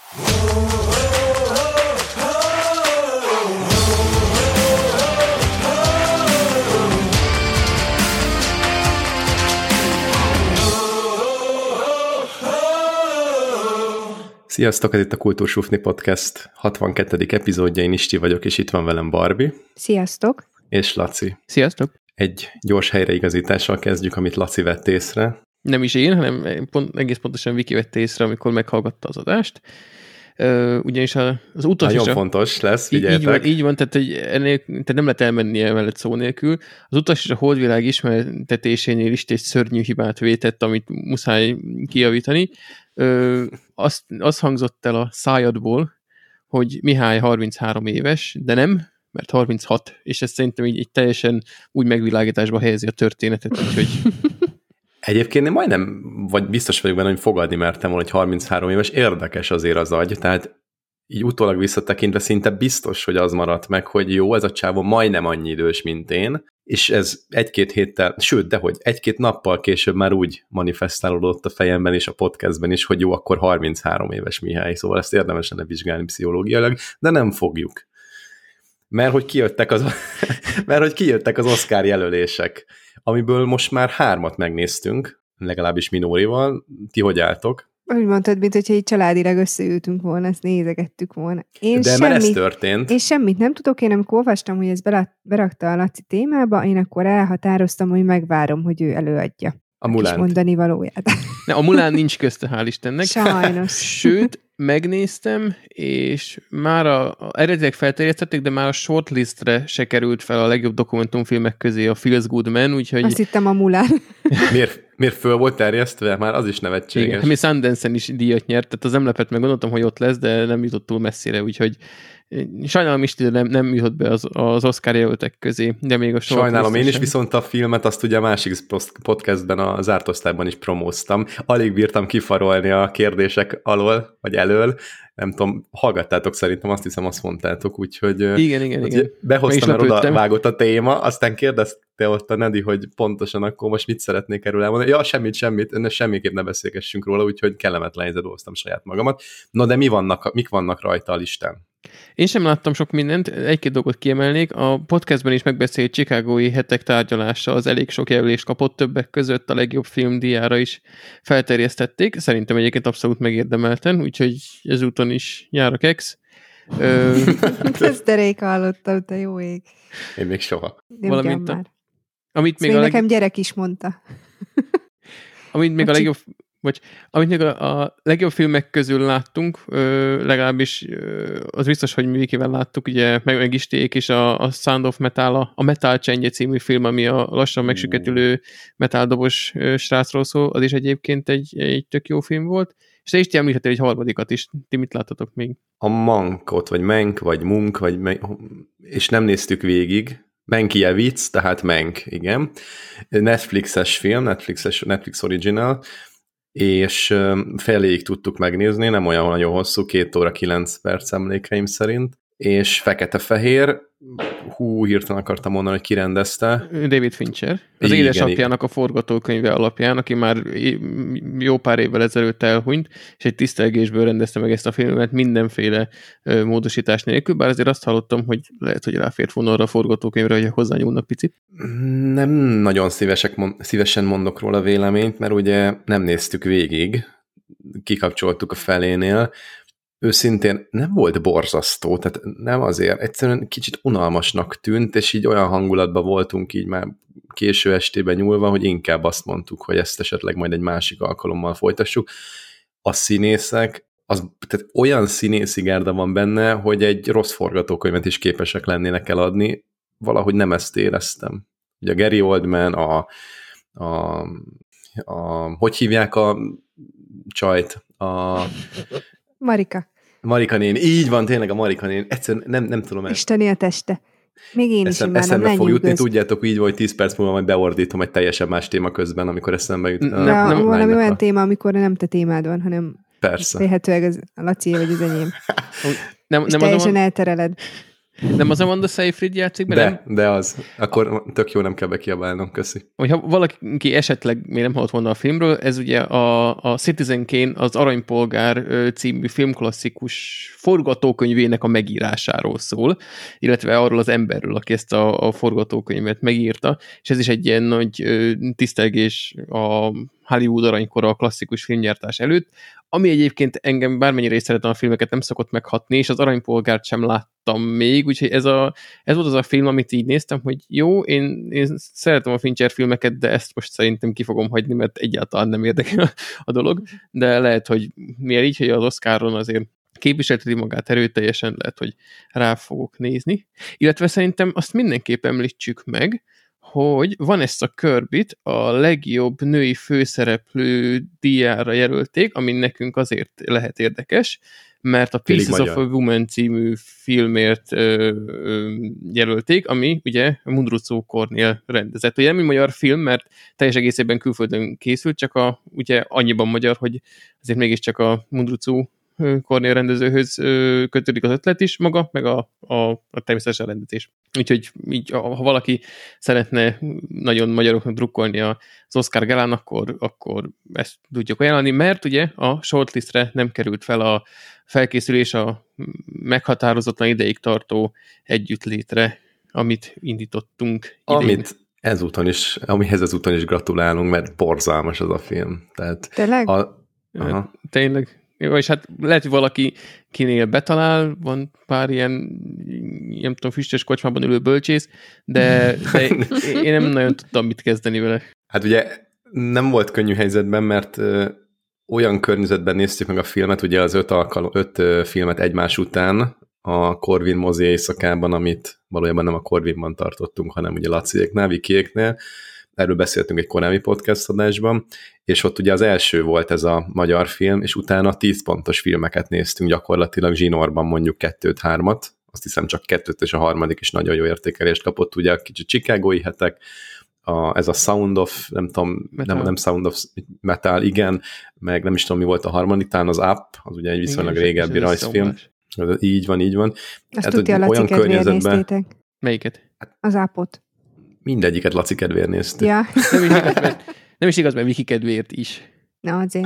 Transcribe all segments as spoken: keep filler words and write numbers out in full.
Sziasztok, ez itt a Kultúrsufni Podcast hatvankettedik epizódja, én Isti vagyok, és itt van velem Barbie. Sziasztok. És Laci. Sziasztok. Egy gyors helyreigazítással kezdjük, amit Laci vett észre. Nem is én, hanem pont, egész pontosan Viki vett észre, amikor meghallgatta az adást. Uh, ugyanis az utas Nagyon is a, fontos lesz, figyeljetek. Így van, így van tehát, hogy ennél, tehát nem lehet elmenni emellett szó nélkül. Az utas és a holdvilág ismertetésénél is egy szörnyű hibát vétett, amit muszáj kijavítani. Uh, azt, az hangzott el a szájadból, hogy Mihály harminchárom éves, de nem, mert harminchat, és ez szerintem így, így teljesen úgy megvilágításba helyezi a történetet, úgyhogy... Egyébként én majdnem, vagy biztos vagyok benne, hogy fogadni mertem volna, hogy harminchárom éves, érdekes azért az agy, tehát így utólag visszatekintve szinte biztos, hogy az maradt meg, hogy jó, ez a csávó majdnem annyi idős, mint én, és ez egy-két héttel, sőt, dehogy, egy-két nappal később már úgy manifestálódott a fejemben és a podcastben is, hogy jó, akkor harminchárom éves Mihály, szóval ezt érdemes lenne vizsgálni pszichológiailag, de nem fogjuk. Mert hogy kijöttek az, mert hogy kijöttek az Oscar jelölések, amiből most már hármat megnéztünk, legalábbis Minórival. Ti hogy álltok? Úgy mondtad, mint hogyha így családilag összeültünk volna, ezt nézegettük volna. Én De semmit, mert ez történt. Én semmit nem tudok, én amikor olvastam, hogy ez berakta a Laci témába, én akkor elhatároztam, hogy megvárom, hogy ő előadja A Mulánt. kis mondani valóját. Ne, a Mulán nincs közte, hál' Istennek. Sajnos. Sőt, megnéztem, és már a, a eredetileg felterjesztették, de már a shortlistre se került fel a legjobb dokumentumfilmek közé a Feels Good Man, úgyhogy... Azt hittem a Mulán. Miért, miért föl volt terjesztve? Már az is nevetséges. Igen, mi Sundance-en is díjat nyert, tehát az nem lepett meg, gondoltam, hogy ott lesz, de nem jutott túl messzire, úgyhogy sajnálom is, de nem, nem jutott be az, az Oscar jelöltek közé, de még a Sajnálom én is, sem. viszont a filmet azt ugye a másik podcastben, a zárt osztályban is promóztam. Alig bírtam kifarolni a kérdések alól, vagy elől. Nem tudom, hallgattátok szerintem, azt hiszem, azt mondtátok, úgyhogy igen, igen, igen. behoztam, mert oda vágott a téma, aztán kérdezte ott a Nedi, hogy pontosan akkor most mit szeretnék erről elmondani. Ja, semmit, semmit, semmiképp ne beszélgessünk róla, úgyhogy kellemetlen helyzetbe hoztam saját magamat. No, de mi vannak, mik vannak rajta a listán? Én sem láttam sok mindent, egy-két dolgot kiemelnék. A podcastben is megbeszélt chicagói hetek tárgyalása az elég sok jelölést kapott, többek között a legjobb film díjára is felterjesztették. Szerintem egyébként abszolút megérdemelten, úgyhogy ezúton is jár a keksz. Ö... Ezt derék hallottam, te jó ég. Én még soha. Nem Valamint a... már. Amit még a leg... nekem gyerek is mondta. Amit még a, a legjobb... Vagy, amit még a, a legjobb filmek közül láttunk, ö, legalábbis ö, az biztos, hogy mi Vikivel láttuk, ugye meg, meg Isték is a, a Sound of Metal, a, a Metal Csendje című film, ami a lassan megsüketülő metáldobos srácról szól, az is egyébként egy, egy tök jó film volt, és te is ti említettél egy harmadikat is, ti mit láttatok még? A Mankot, vagy Menk, vagy Munk, vagy és nem néztük végig, Mankiewicz, tehát Menk, igen. Netflixes film, Netflixes, Netflix original, és feléig tudtuk megnézni, nem olyan nagyon hosszú, két óra kilenc perc emlékeim szerint, és fekete-fehér, hú, hirtelen akartam mondani, hogy ki rendezte. David Fincher. Az igen, édesapjának igen. a forgatókönyve alapján, aki már jó pár évvel ezelőtt elhunyt, és egy tisztelgésből rendezte meg ezt a filmet mindenféle módosítás nélkül, bár azért azt hallottam, hogy lehet, hogy ráfért volna arra a forgatókönyvre, hogy hozzányúlnak picit. Nem nagyon szívesek, szívesen mondok róla véleményt, mert ugye nem néztük végig, kikapcsoltuk a felénél. Őszintén nem volt borzasztó, tehát nem azért, egyszerűen kicsit unalmasnak tűnt, és így olyan hangulatban voltunk így már késő estében nyúlva, hogy inkább azt mondtuk, hogy ezt esetleg majd egy másik alkalommal folytassuk. A színészek, az, tehát olyan színészi gárda van benne, hogy egy rossz forgatókönyvet is képesek lennének eladni, valahogy nem ezt éreztem. Ugye a Gary Oldman, a, a, a hogy hívják a csajt? A Marika. Marika néni, így van, tényleg a Marika néni. Egyszerűen nem, nem tudom ezt. Isteni a teste. Még én Eszem, is imádom, eszembe fog jutni, göz. tudjátok így, hogy tíz perc múlva majd beordítom egy teljesen más téma közben, amikor eszembe jut. Na, nem, nem, valami olyan téma, amikor nem te témád van, hanem persze. Félhetőleg az a Laci vagy az enyém. nem, és nem teljesen azon... eltereled. Nem az Amanda Seyfried játszik benne? De, nem? de az. Akkor tök jó, nem kell bekiabálnom, köszi. Hogyha valaki esetleg még nem hallott volna a filmről, ez ugye a, a Citizen Kane, az Aranypolgár című filmklasszikus forgatókönyvének a megírásáról szól, illetve arról az emberről, aki ezt a, a forgatókönyvet megírta, és ez is egy ilyen nagy tisztelgés a Hollywood aranykora a klasszikus filmgyártás előtt, ami egyébként engem bármennyire is szeretem a filmeket, nem szokott meghatni, és az Aranypolgárt sem láttam még, úgyhogy ez, a, ez volt az a film, amit így néztem, hogy jó, én, én szeretem a Fincher filmeket, de ezt most szerintem ki fogom hagyni, mert egyáltalán nem érdekel a dolog, de lehet, hogy miért így, hogy az Oscaron azért képviselteti magát erőteljesen, lehet, hogy rá fogok nézni. Illetve szerintem azt mindenképp említsük meg, hogy van ezt a Körbit, a legjobb női főszereplő díjára jelölték, ami nekünk azért lehet érdekes, mert a Pieces of a Woman című filmért ö, ö, jelölték, ami ugye Mundruczó Kornél rendezett. Ugye nem egy magyar film, mert teljes egészében külföldön készült, csak a, ugye annyiban magyar, hogy azért mégiscsak a Mundruczó Kornél rendezőhöz kötődik az ötlet is maga, meg a, a, a természetesen rendezés. Úgyhogy így, ha valaki szeretne nagyon magyaroknak drukkolni az Oscar Galán, akkor, akkor ezt tudjuk ajánlani, mert ugye a shortlistre nem került fel a felkészülés a meghatározatlan ideig tartó együttlétre, amit indítottunk idén. Amit ezúton is, amihez ezúton is gratulálunk, mert borzalmas az a film. Tehát Tényleg? A, aha. Tényleg. És hát lehet, hogy valaki kinél betalál, van pár ilyen, nem tudom, füstös kocsmában ülő bölcsész, de, de én nem nagyon tudtam mit kezdeni vele. Hát ugye nem volt könnyű helyzetben, mert ö, olyan környezetben néztük meg a filmet, ugye az öt, alkalom, öt ö, filmet egymás után a Corvin mozi éjszakában, amit valójában nem a Corvinban tartottunk, hanem ugye Laciéknál, Vikiéknél. Erről beszéltünk egy korábbi podcast adásban, és ott ugye az első volt ez a magyar film, és utána tíz pontos filmeket néztünk gyakorlatilag zsinórban, mondjuk kettőt, hármat, azt hiszem csak kettőt, és a harmadik is nagyon jó értékelést kapott, ugye a kicsit chicagói hetek, a, ez a Sound of, nem tudom, nem, nem Sound of Metal, igen, meg nem is tudom, mi volt a harmadik, talán az Up, az ugye egy viszonylag igen, régebbi rajzfilm. Így van, így van. Azt hát, tudja, Laci, kedvéért néztétek. Melyiket? Az Upot. Mindegyiket Laci kedvéért néztük. Ja. Nem is igaz, mert, nem is igaz, mert Viki kedvéért is. Na, azért.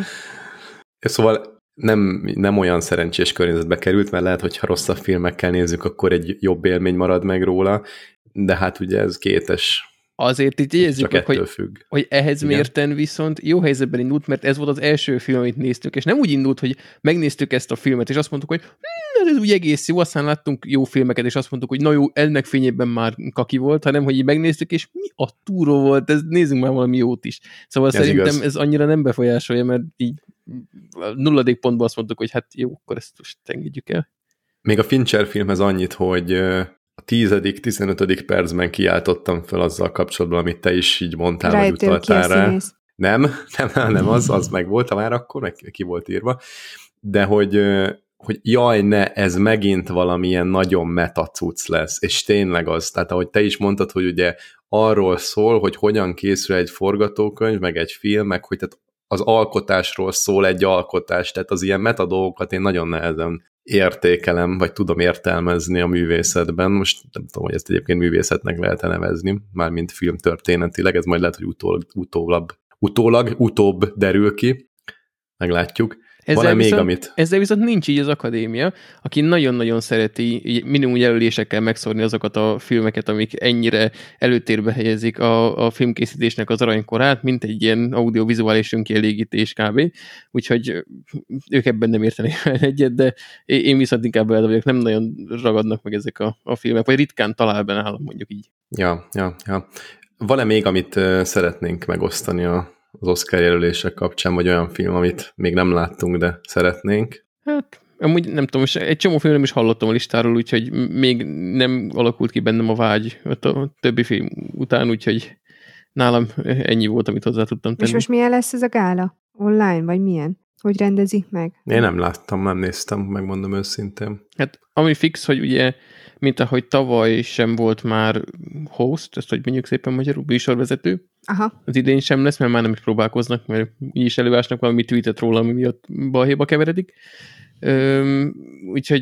Szóval nem, nem olyan szerencsés környezetbe került, mert lehet, hogy ha rosszabb filmekkel nézzük, akkor egy jobb élmény marad meg róla, de hát ugye ez kétes. Azért itt jegyezzük meg, hogy, függ. hogy ehhez igen. Mérten viszont jó helyzetben indult, mert ez volt az első film, amit néztük, és nem úgy indult, hogy megnéztük ezt a filmet, és azt mondtuk, hogy hm, ez úgy egész jó, aztán láttunk jó filmeket, és azt mondtuk, hogy na jó, ennek fényében már kaki volt, hanem hogy így megnéztük, és mi a túró volt, ez nézzünk már valami jót is. Szóval ez szerintem igaz. Ez annyira nem befolyásolja, mert így nulladik pontban azt mondtuk, hogy hát jó, akkor ezt most engedjük el. Még a Fincher filmhez annyit, hogy a tízedik, tizenötödik percben kiáltottam fel azzal kapcsolatban, amit te is így mondtál, Rájöttél, vagy utaltál rá. Színész. Nem, nem, nem az, az meg volt már akkor, meg ki volt írva, de hogy, hogy jaj, ne, ez megint valamilyen nagyon meta cucc lesz, és tényleg az, tehát ahogy te is mondtad, hogy ugye arról szól, hogy hogyan készül egy forgatókönyv, meg egy film, meg hogy tehát az alkotásról szól egy alkotás, tehát az ilyen meta dolgokat én nagyon nehezen értékelem, vagy tudom értelmezni a művészetben. Most nem tudom, hogy ezt egyébként művészetnek lehet-e nevezni, mármint filmtörténetileg, ez majd lehet, hogy utólag, utólag, utólag, utóbb derül ki. Meglátjuk. Ezzel Van-e viszont, még, amit... Ezzel viszont nincs így az akadémia, aki nagyon-nagyon szereti minimum jelölésekkel megszórni azokat a filmeket, amik ennyire előtérbe helyezik a, a filmkészítésnek az aranykorát, mint egy ilyen audiovizuális önkielégítés kb. Úgyhogy ők ebben nem értenek egyet, de én viszont inkább el vagyok, nem nagyon ragadnak meg ezek a, a filmek, vagy ritkán talál benne nálam, mondjuk így. Ja, ja, ja. Van-e még, amit szeretnénk megosztani a az Oscar jelölések kapcsán, vagy olyan film, amit még nem láttunk, de szeretnénk? Hát, amúgy nem tudom, egy csomó film nem is hallottam a listáról, úgyhogy még nem alakult ki bennem a vágy a többi film után, úgyhogy nálam ennyi volt, amit hozzá tudtam tenni. És most milyen lesz ez a gála? Online, vagy milyen? Hogy rendezik meg? Én nem láttam, nem néztem, megmondom őszintén. Hát, ami fix, hogy ugye, mint ahogy tavaly sem volt már host, ezt hogy mondjuk szépen magyarul, műsorvezető, aha. Az idén sem lesz, mert már nem is próbálkoznak, mert így is előásnak valami tweetet róla, ami miatt balhéba keveredik. Üm, úgyhogy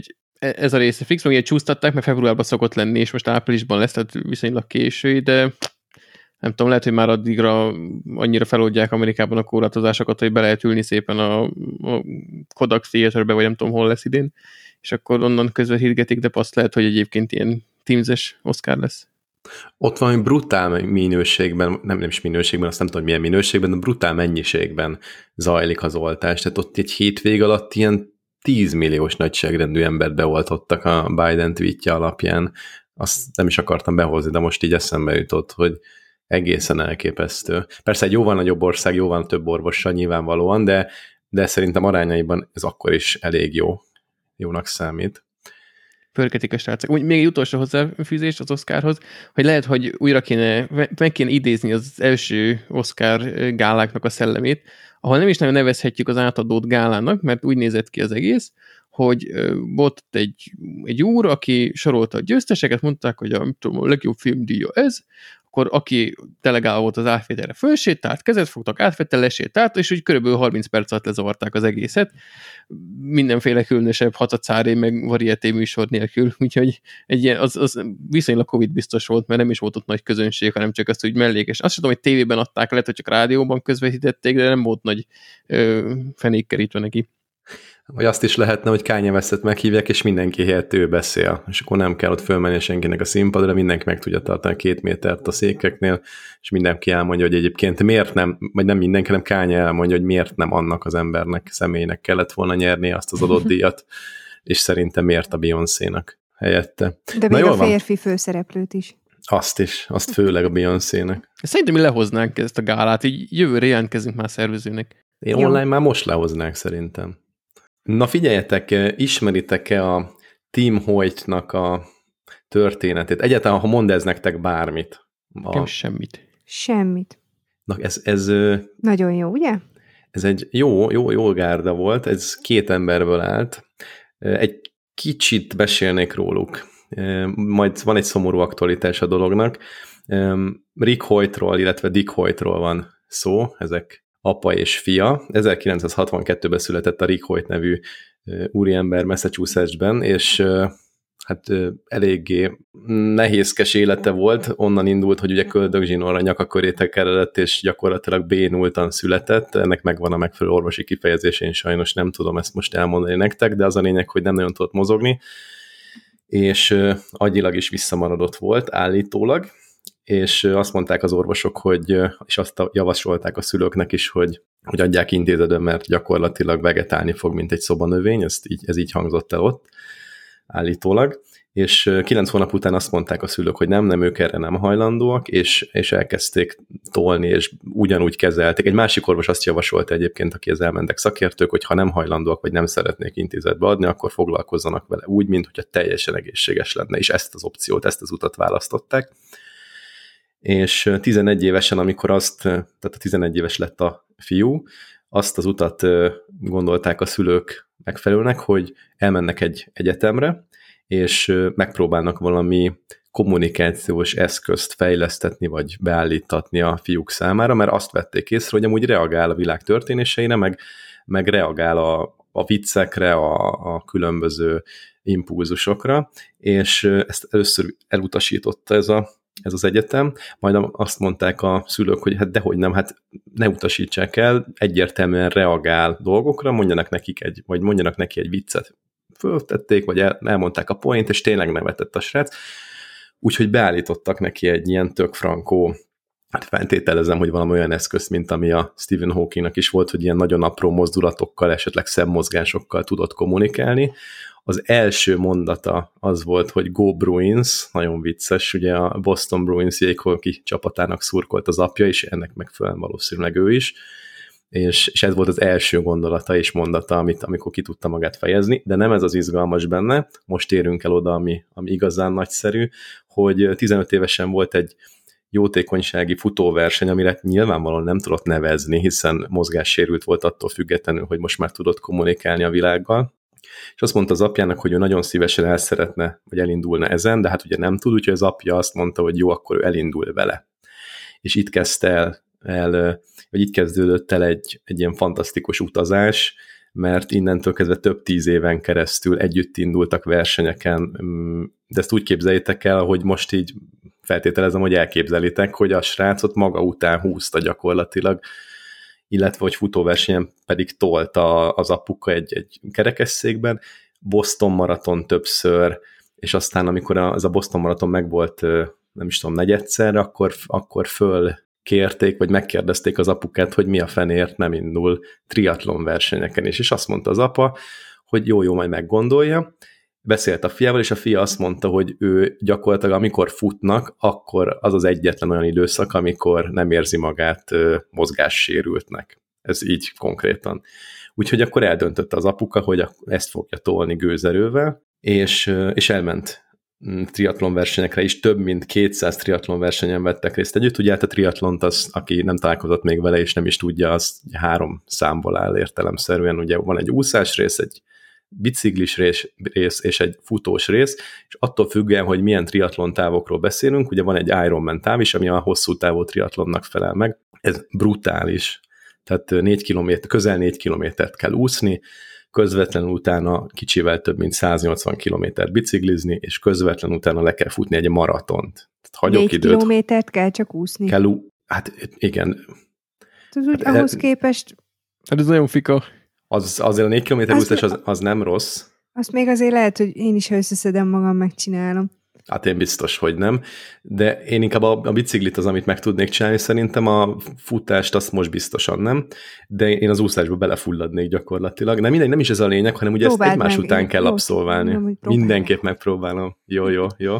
ez a része fix, meg ugye csúsztatták, mert februárban szokott lenni, és most áprilisban lesz, tehát viszonylag késői, de nem tudom, lehet, hogy már addigra annyira feloldják Amerikában a korlátozásokat, hogy be lehet ülni szépen a, a Kodak Theaterbe, vagy nem tudom, hol lesz idén, és akkor onnan közvetítgetik, de azt lehet, hogy egyébként ilyen Teams-es Oscar lesz. Ott valami brutál minőségben, nem, nem is minőségben, azt nem tudom, milyen minőségben, de brutál mennyiségben zajlik az oltás. Tehát ott egy hétvég alatt ilyen tíz milliós nagyságrendű embert beoltottak a Biden tweetje alapján. Azt nem is akartam behozni, de most így eszembe jutott, hogy egészen elképesztő. Persze egy jóval nagyobb ország, jóval több orvossal nyilvánvalóan, de, de szerintem arányaiban ez akkor is elég jó. Jónak számít. Pörgetik a srácok. Úgy még egy utolsó hozzáfűzés az Oscarhoz, hogy lehet, hogy újra kéne, meg kéne idézni az első Oscar gáláknak a szellemét, ahol nem is nagyon nevezhetjük az átadót gálának, mert úgy nézett ki az egész, hogy volt egy, egy úr, aki sorolta a győzteseket, mondták, hogy a, tudom, a legjobb filmdíja ez, akkor aki delegál volt az átvételre, fölsétált, kezet fogtak, átvétel, lesétált, és úgy körülbelül harminc perc alatt lezavarták az egészet, mindenféle különösebb hatacáré, meg varieté műsor nélkül, úgyhogy egy ilyen, az, az viszonylag Covid biztos volt, mert nem is volt ott nagy közönség, hanem csak azt úgy mellékes. Azt sem tudom, hogy tévében adták, lehet, hogy csak rádióban közvetítették, de nem volt nagy ö, fenékkerítve neki. Vagy azt is lehetne, hogy Kanye Westet meghívják, és mindenki helyett ő beszél, és akkor nem kell ott fölmenni senkinek a színpadra, mindenki meg tudja tartani két métert a székeknél, és mindenki elmondja, hogy egyébként miért nem, vagy nem mindenki, hanem Kanye elmondja, hogy miért nem annak az embernek, személynek kellett volna nyerni azt az adott díjat, és szerintem miért a Beyoncénak helyette. De még a férfi van? Főszereplőt is. Azt is, azt főleg a Beyoncének. Szerintem mi lehoznánk ezt a gálát, így jövőre jelentkezünk már szervezőnek. Én Jó. online már most lehoznánk szerintem. Na figyeljetek, ismeritek-e a Tim Hoyt-nak a történetét? Egyáltalán, ha mond ez nektek bármit. A... Nem semmit. Semmit. Na, ez, ez... Nagyon jó, ugye? Ez egy jó, jó, jó gárda volt, ez két emberből állt. Egy kicsit beszélnék róluk. Majd van egy szomorú aktualitás a dolognak. Rick Hoytról, illetve Dick Hoytról van szó, ezek apa és fia. ezerkilencszázhatvankettőben született a Rick Hoyt nevű úriember Massachusettsben, és hát eléggé nehézkes élete volt, onnan indult, hogy ugye köldögzsinórra nyakaköré tekeredett, és gyakorlatilag bénultan született, ennek megvan a megfelelő orvosi kifejezés, én sajnos nem tudom ezt most elmondani nektek, de az a lényeg, hogy nem nagyon tudott mozogni, és agyilag is visszamaradott volt állítólag, és azt mondták az orvosok, hogy, és azt javasolták a szülőknek is, hogy, hogy adják intézetben, mert gyakorlatilag vegetálni fog, mint egy szobanövény, ezt így, ez így hangzott el ott állítólag, és kilenc hónap után azt mondták a szülők, hogy nem, nem, ők erre nem hajlandóak, és, és elkezdték tolni, és ugyanúgy kezelték. Egy másik orvos azt javasolta egyébként, akihez elmentek szakértők, hogy ha nem hajlandóak, vagy nem szeretnék intézetbe adni, akkor foglalkozzanak vele úgy, mint hogyha teljesen egészséges lenne, és ezt az opciót, ezt az utat választották. És tizenegy évesen, amikor azt, tehát a tizenegy éves lett a fiú, azt az utat gondolták a szülők megfelelőnek, hogy elmennek egy egyetemre, és megpróbálnak valami kommunikációs eszközt fejlesztetni, vagy beállítatni a fiúk számára, mert azt vették észre, hogy amúgy reagál a világ történéseire, meg, meg reagál a, a viccekre, a, a különböző impulzusokra, és ezt először elutasította ez a ez az egyetem, majd azt mondták a szülők, hogy hát dehogy nem, hát ne utasítsák el, egyértelműen reagál dolgokra, mondjanak nekik egy, vagy mondjanak neki egy viccet. Föltették, vagy el, elmondták a point, és tényleg nevetett a srác. Úgyhogy beállítottak neki egy ilyen tök frankó, hát feltételezem, hogy valami olyan eszköz, mint ami a Stephen Hawkingnak is volt, hogy ilyen nagyon apró mozdulatokkal, esetleg szemmozgásokkal tudott kommunikálni. Az első mondata az volt, hogy Go Bruins, nagyon vicces, ugye a Boston Bruins jéghoki csapatának szurkolt az apja, és ennek megfelelően valószínűleg ő is, és, és ez volt az első gondolata és mondata, amit, amikor ki tudta magát fejezni, de nem ez az izgalmas benne, most érünk el oda, ami, ami igazán nagyszerű, hogy tizenöt évesen volt egy jótékonysági futóverseny, amire nyilvánvalóan nem tudott nevezni, hiszen mozgássérült volt attól függetlenül, hogy most már tudott kommunikálni a világgal, és azt mondta az apjának, hogy ő nagyon szívesen el szeretne, vagy elindulna ezen, de hát ugye nem tud, úgyhogy az apja azt mondta, hogy jó, akkor ő elindul vele. És itt kezdte el, el vagy itt kezdődött el egy, egy ilyen fantasztikus utazás, mert innentől kezdve több tíz éven keresztül együtt indultak versenyeken, de ezt úgy képzeljétek el, hogy most így feltételezem, hogy elképzelitek, hogy a srácot maga után húzta gyakorlatilag, illetve hogy futóversenyen pedig tolta az apuka egy, egy kerekesszékben, Boston maraton többször, és aztán amikor az a Boston maraton megvolt, nem is tudom, negyedszer, akkor, akkor fölkérték, vagy megkérdezték az apukát, hogy mi a fenért nem indul triatlon versenyeken is, és azt mondta az apa, hogy jó-jó, majd meggondolja. Beszélt a fiával, és a fia azt mondta, hogy ő gyakorlatilag amikor futnak, akkor az az egyetlen olyan időszak, amikor nem érzi magát mozgássérültnek. Ez így konkrétan. Úgyhogy akkor eldöntötte az apuka, hogy ezt fogja tolni gőzerővel, és, és elment triatlon versenyekre is, több mint kétszáz triatlon versenyen vettek részt együtt. Ugye hát a triatlont, az, aki nem találkozott még vele, és nem is tudja, az három számból áll értelemszerűen. Ugye van egy úszás rész, egy biciklis rész, rész és egy futós rész, és attól függően, hogy milyen triatlon távokról beszélünk, ugye van egy Ironman táv is, ami a hosszú távú triatlonnak felel meg. Ez brutális. Tehát négy kilométer, közel négy kilométert kell úszni, közvetlenül utána kicsivel több mint száznyolcvan kilométert biciklizni, és közvetlenül utána le kell futni egy maratont. négy kilométert kell csak úszni? Kell, hát igen. Ez úgy hát, ahhoz képest... Hát ez nagyon fika. Az, azért a négy kilométer úszás az, az nem rossz. Azt még azért lehet, hogy én is összeszedem magam, megcsinálom. Hát én biztos, hogy nem. De én inkább a, a biciklit az, amit meg tudnék csinálni, szerintem a futást azt most biztosan nem, de én az úszásba belefulladnék gyakorlatilag. Nem mindegy, nem is ez a lényeg, hanem ugye Próbáld ezt egymás meg, után kell abszolválni. Mindenképp megpróbálom. Jó, jó, jó.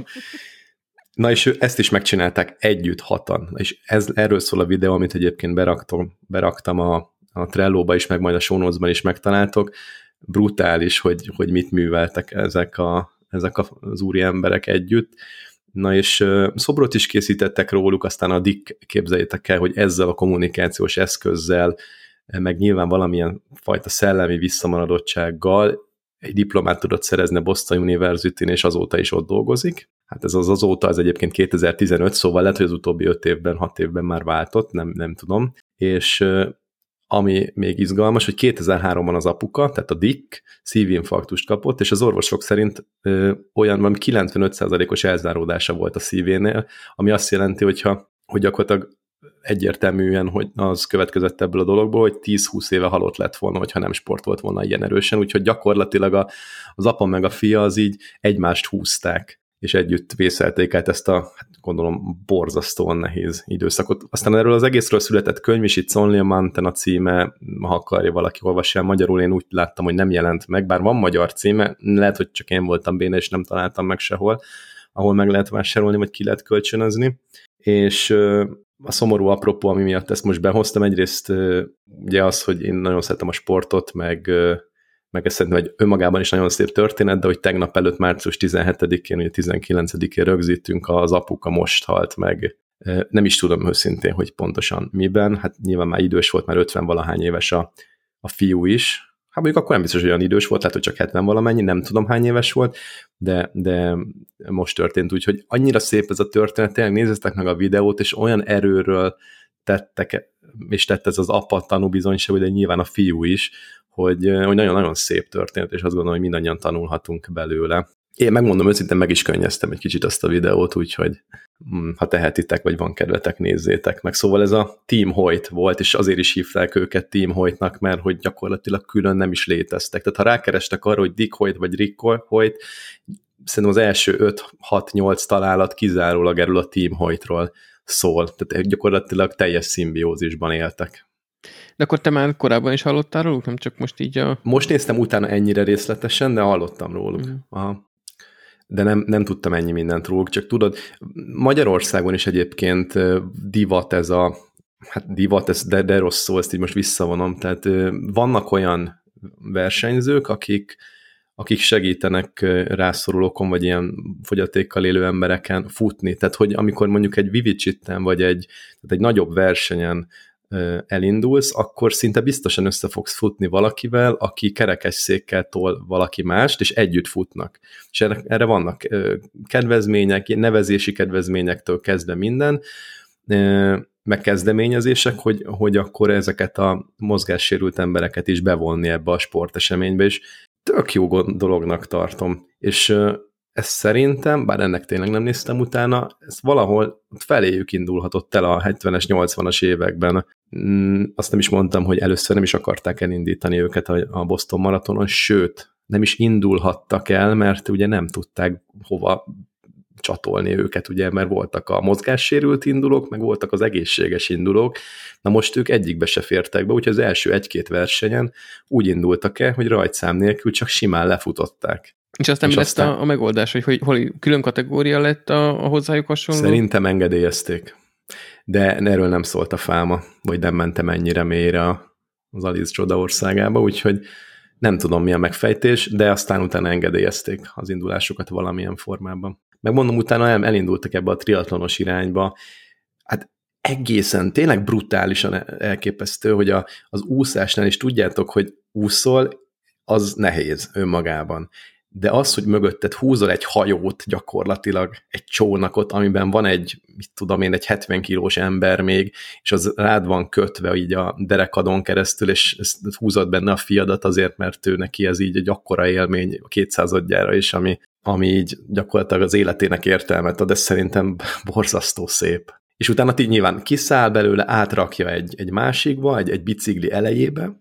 Na és ezt is megcsinálták együtt hatan. És ez, erről szól a videó, amit egyébként beraktam, beraktam a a Trello-ba is, meg majd a show notes-ban is megtaláltok, brutális, hogy, hogy mit műveltek ezek, a, ezek az úri emberek együtt. Na és uh, szobrot is készítettek róluk, aztán a Dick, képzeljétek el, hogy ezzel a kommunikációs eszközzel, meg nyilván valamilyen fajta szellemi visszamaradottsággal egy diplomát tudott szerezni a Boston University-n, és azóta is ott dolgozik. Hát ez az azóta, az egyébként kétezer-tizenöt, szóval lehet, hogy az utóbbi öt évben, hat évben már váltott, nem, nem tudom. És uh, ami még izgalmas, hogy kétezer-háromban az apuka, tehát a Dick szívinfarktust kapott, és az orvosok szerint ö, olyan valami kilencvenöt százalékos elzáródása volt a szívénél, ami azt jelenti, hogyha, hogy gyakorlatilag egyértelműen, hogy az következett ebből a dologból, hogy tíz-húsz éve halott lett volna, hogyha nem sportolt volna ilyen erősen, úgyhogy gyakorlatilag a, az apa meg a fia az így egymást húzták, és együtt vészelték át ezt a, hát gondolom, borzasztóan nehéz időszakot. Aztán erről az egészről született könyv is, itt Only a Mountain a címe, ha akarja valaki olvasni el magyarul, én úgy láttam, hogy nem jelent meg, bár van magyar címe, lehet, hogy csak én voltam béna, és nem találtam meg sehol, ahol meg lehet vásárolni, vagy ki lehet kölcsönözni. És a szomorú apropó, ami miatt ezt most behoztam, egyrészt ugye az, hogy én nagyon szeretem a sportot, meg meg ezt szerintem egy önmagában is nagyon szép történet, de hogy tegnap előtt március tizenhetedikén, ugye tizenkilencedikén rögzítünk, az apuka most halt meg. Nem is tudom őszintén, hogy pontosan miben, hát nyilván már idős volt, már ötven-valahány éves a, a fiú is. Hát mondjuk akkor nem biztos, hogy olyan idős volt, lehet, hogy csak hetven-valamennyi, nem tudom hány éves volt, de, de most történt úgy, hogy annyira szép ez a történet, tényleg nézzétek meg a videót, és olyan erőről tettek, és tett ez az apa tanúbizonyság, de nyilván a fiú is, hogy, hogy nagyon-nagyon szép történet, és azt gondolom, hogy mindannyian tanulhatunk belőle. Én megmondom őszintén, meg is könnyeztem egy kicsit azt a videót, úgyhogy ha tehetitek, vagy van kedvetek, nézzétek meg. Szóval ez a Team Hoyt volt, és azért is hívták őket Team Hoytnak, mert hogy gyakorlatilag külön nem is léteztek. Tehát ha rákerestek arra, hogy Dick Hoyt vagy Rick Hoyt, szerintem az első öt-hat-nyolc találat kizárólag erről a Team Hoytról szól. Tehát gyakorlatilag teljes szimbiózisban éltek. De akkor te már korábban is hallottál róluk, nem csak most így a... Most néztem utána ennyire részletesen, de hallottam róluk. Mm. Aha. De nem, nem tudtam ennyi mindent róluk, csak tudod, Magyarországon is egyébként divat ez a, hát divat, ez, de, de rossz szó, ezt így most visszavonom, tehát vannak olyan versenyzők, akik, akik segítenek rászorulókon, vagy ilyen fogyatékkal élő embereken futni, tehát hogy amikor mondjuk egy Vivicitten, vagy egy, tehát egy nagyobb versenyen elindulsz, akkor szinte biztosan össze fogsz futni valakivel, aki kerekesszékkel tol valaki mást, és együtt futnak. És erre, erre vannak kedvezmények, nevezési kedvezményektől kezdve minden, megkezdeményezések, hogy, hogy akkor ezeket a mozgássérült embereket is bevonni ebbe a sporteseménybe, és tök jó dolognak tartom. És ez szerintem, bár ennek tényleg nem néztem utána, ez valahol feléjük indulhatott el a hetvenes, nyolcvanas években. Azt nem is mondtam, hogy először nem is akarták elindítani őket a Boston maratonon, sőt, nem is indulhattak el, mert ugye nem tudták hova csatolni őket, ugye, mert voltak a mozgássérült indulók, meg voltak az egészséges indulók. Na most ők egyikbe se fértek be, úgyhogy az első egy-két versenyen úgy indultak el, hogy rajtszám nélkül csak simán lefutották. És aztán és mi aztán... lett a, a megoldás, hogy, hogy hol külön kategória lett a, a hozzájuk hasonló? Szerintem engedélyezték. De erről nem szólt a fáma, vagy nem mentem ennyire mélyre az Alice csoda országába, úgyhogy nem tudom, mi a megfejtés, de aztán utána engedélyezték az indulásukat valamilyen formában. Megmondom, utána el, elindultak ebbe a triatlonos irányba. Hát egészen, tényleg brutálisan elképesztő, hogy a, az úszásnál is tudjátok, hogy úszol, az nehéz önmagában. De az, hogy mögötted húzol egy hajót gyakorlatilag, egy csónakot, amiben van egy, mit tudom én, egy hetven kilós ember még, és az rád van kötve így a derekadon keresztül, és ezt húzod benne a fiadat azért, mert ő neki ez így egy akkora élmény a kétszázadjára is, ami, ami így gyakorlatilag az életének értelmet ad, ez szerintem borzasztó szép. És utána így nyilván kiszáll belőle, átrakja egy, egy másikba, egy, egy bicikli elejébe,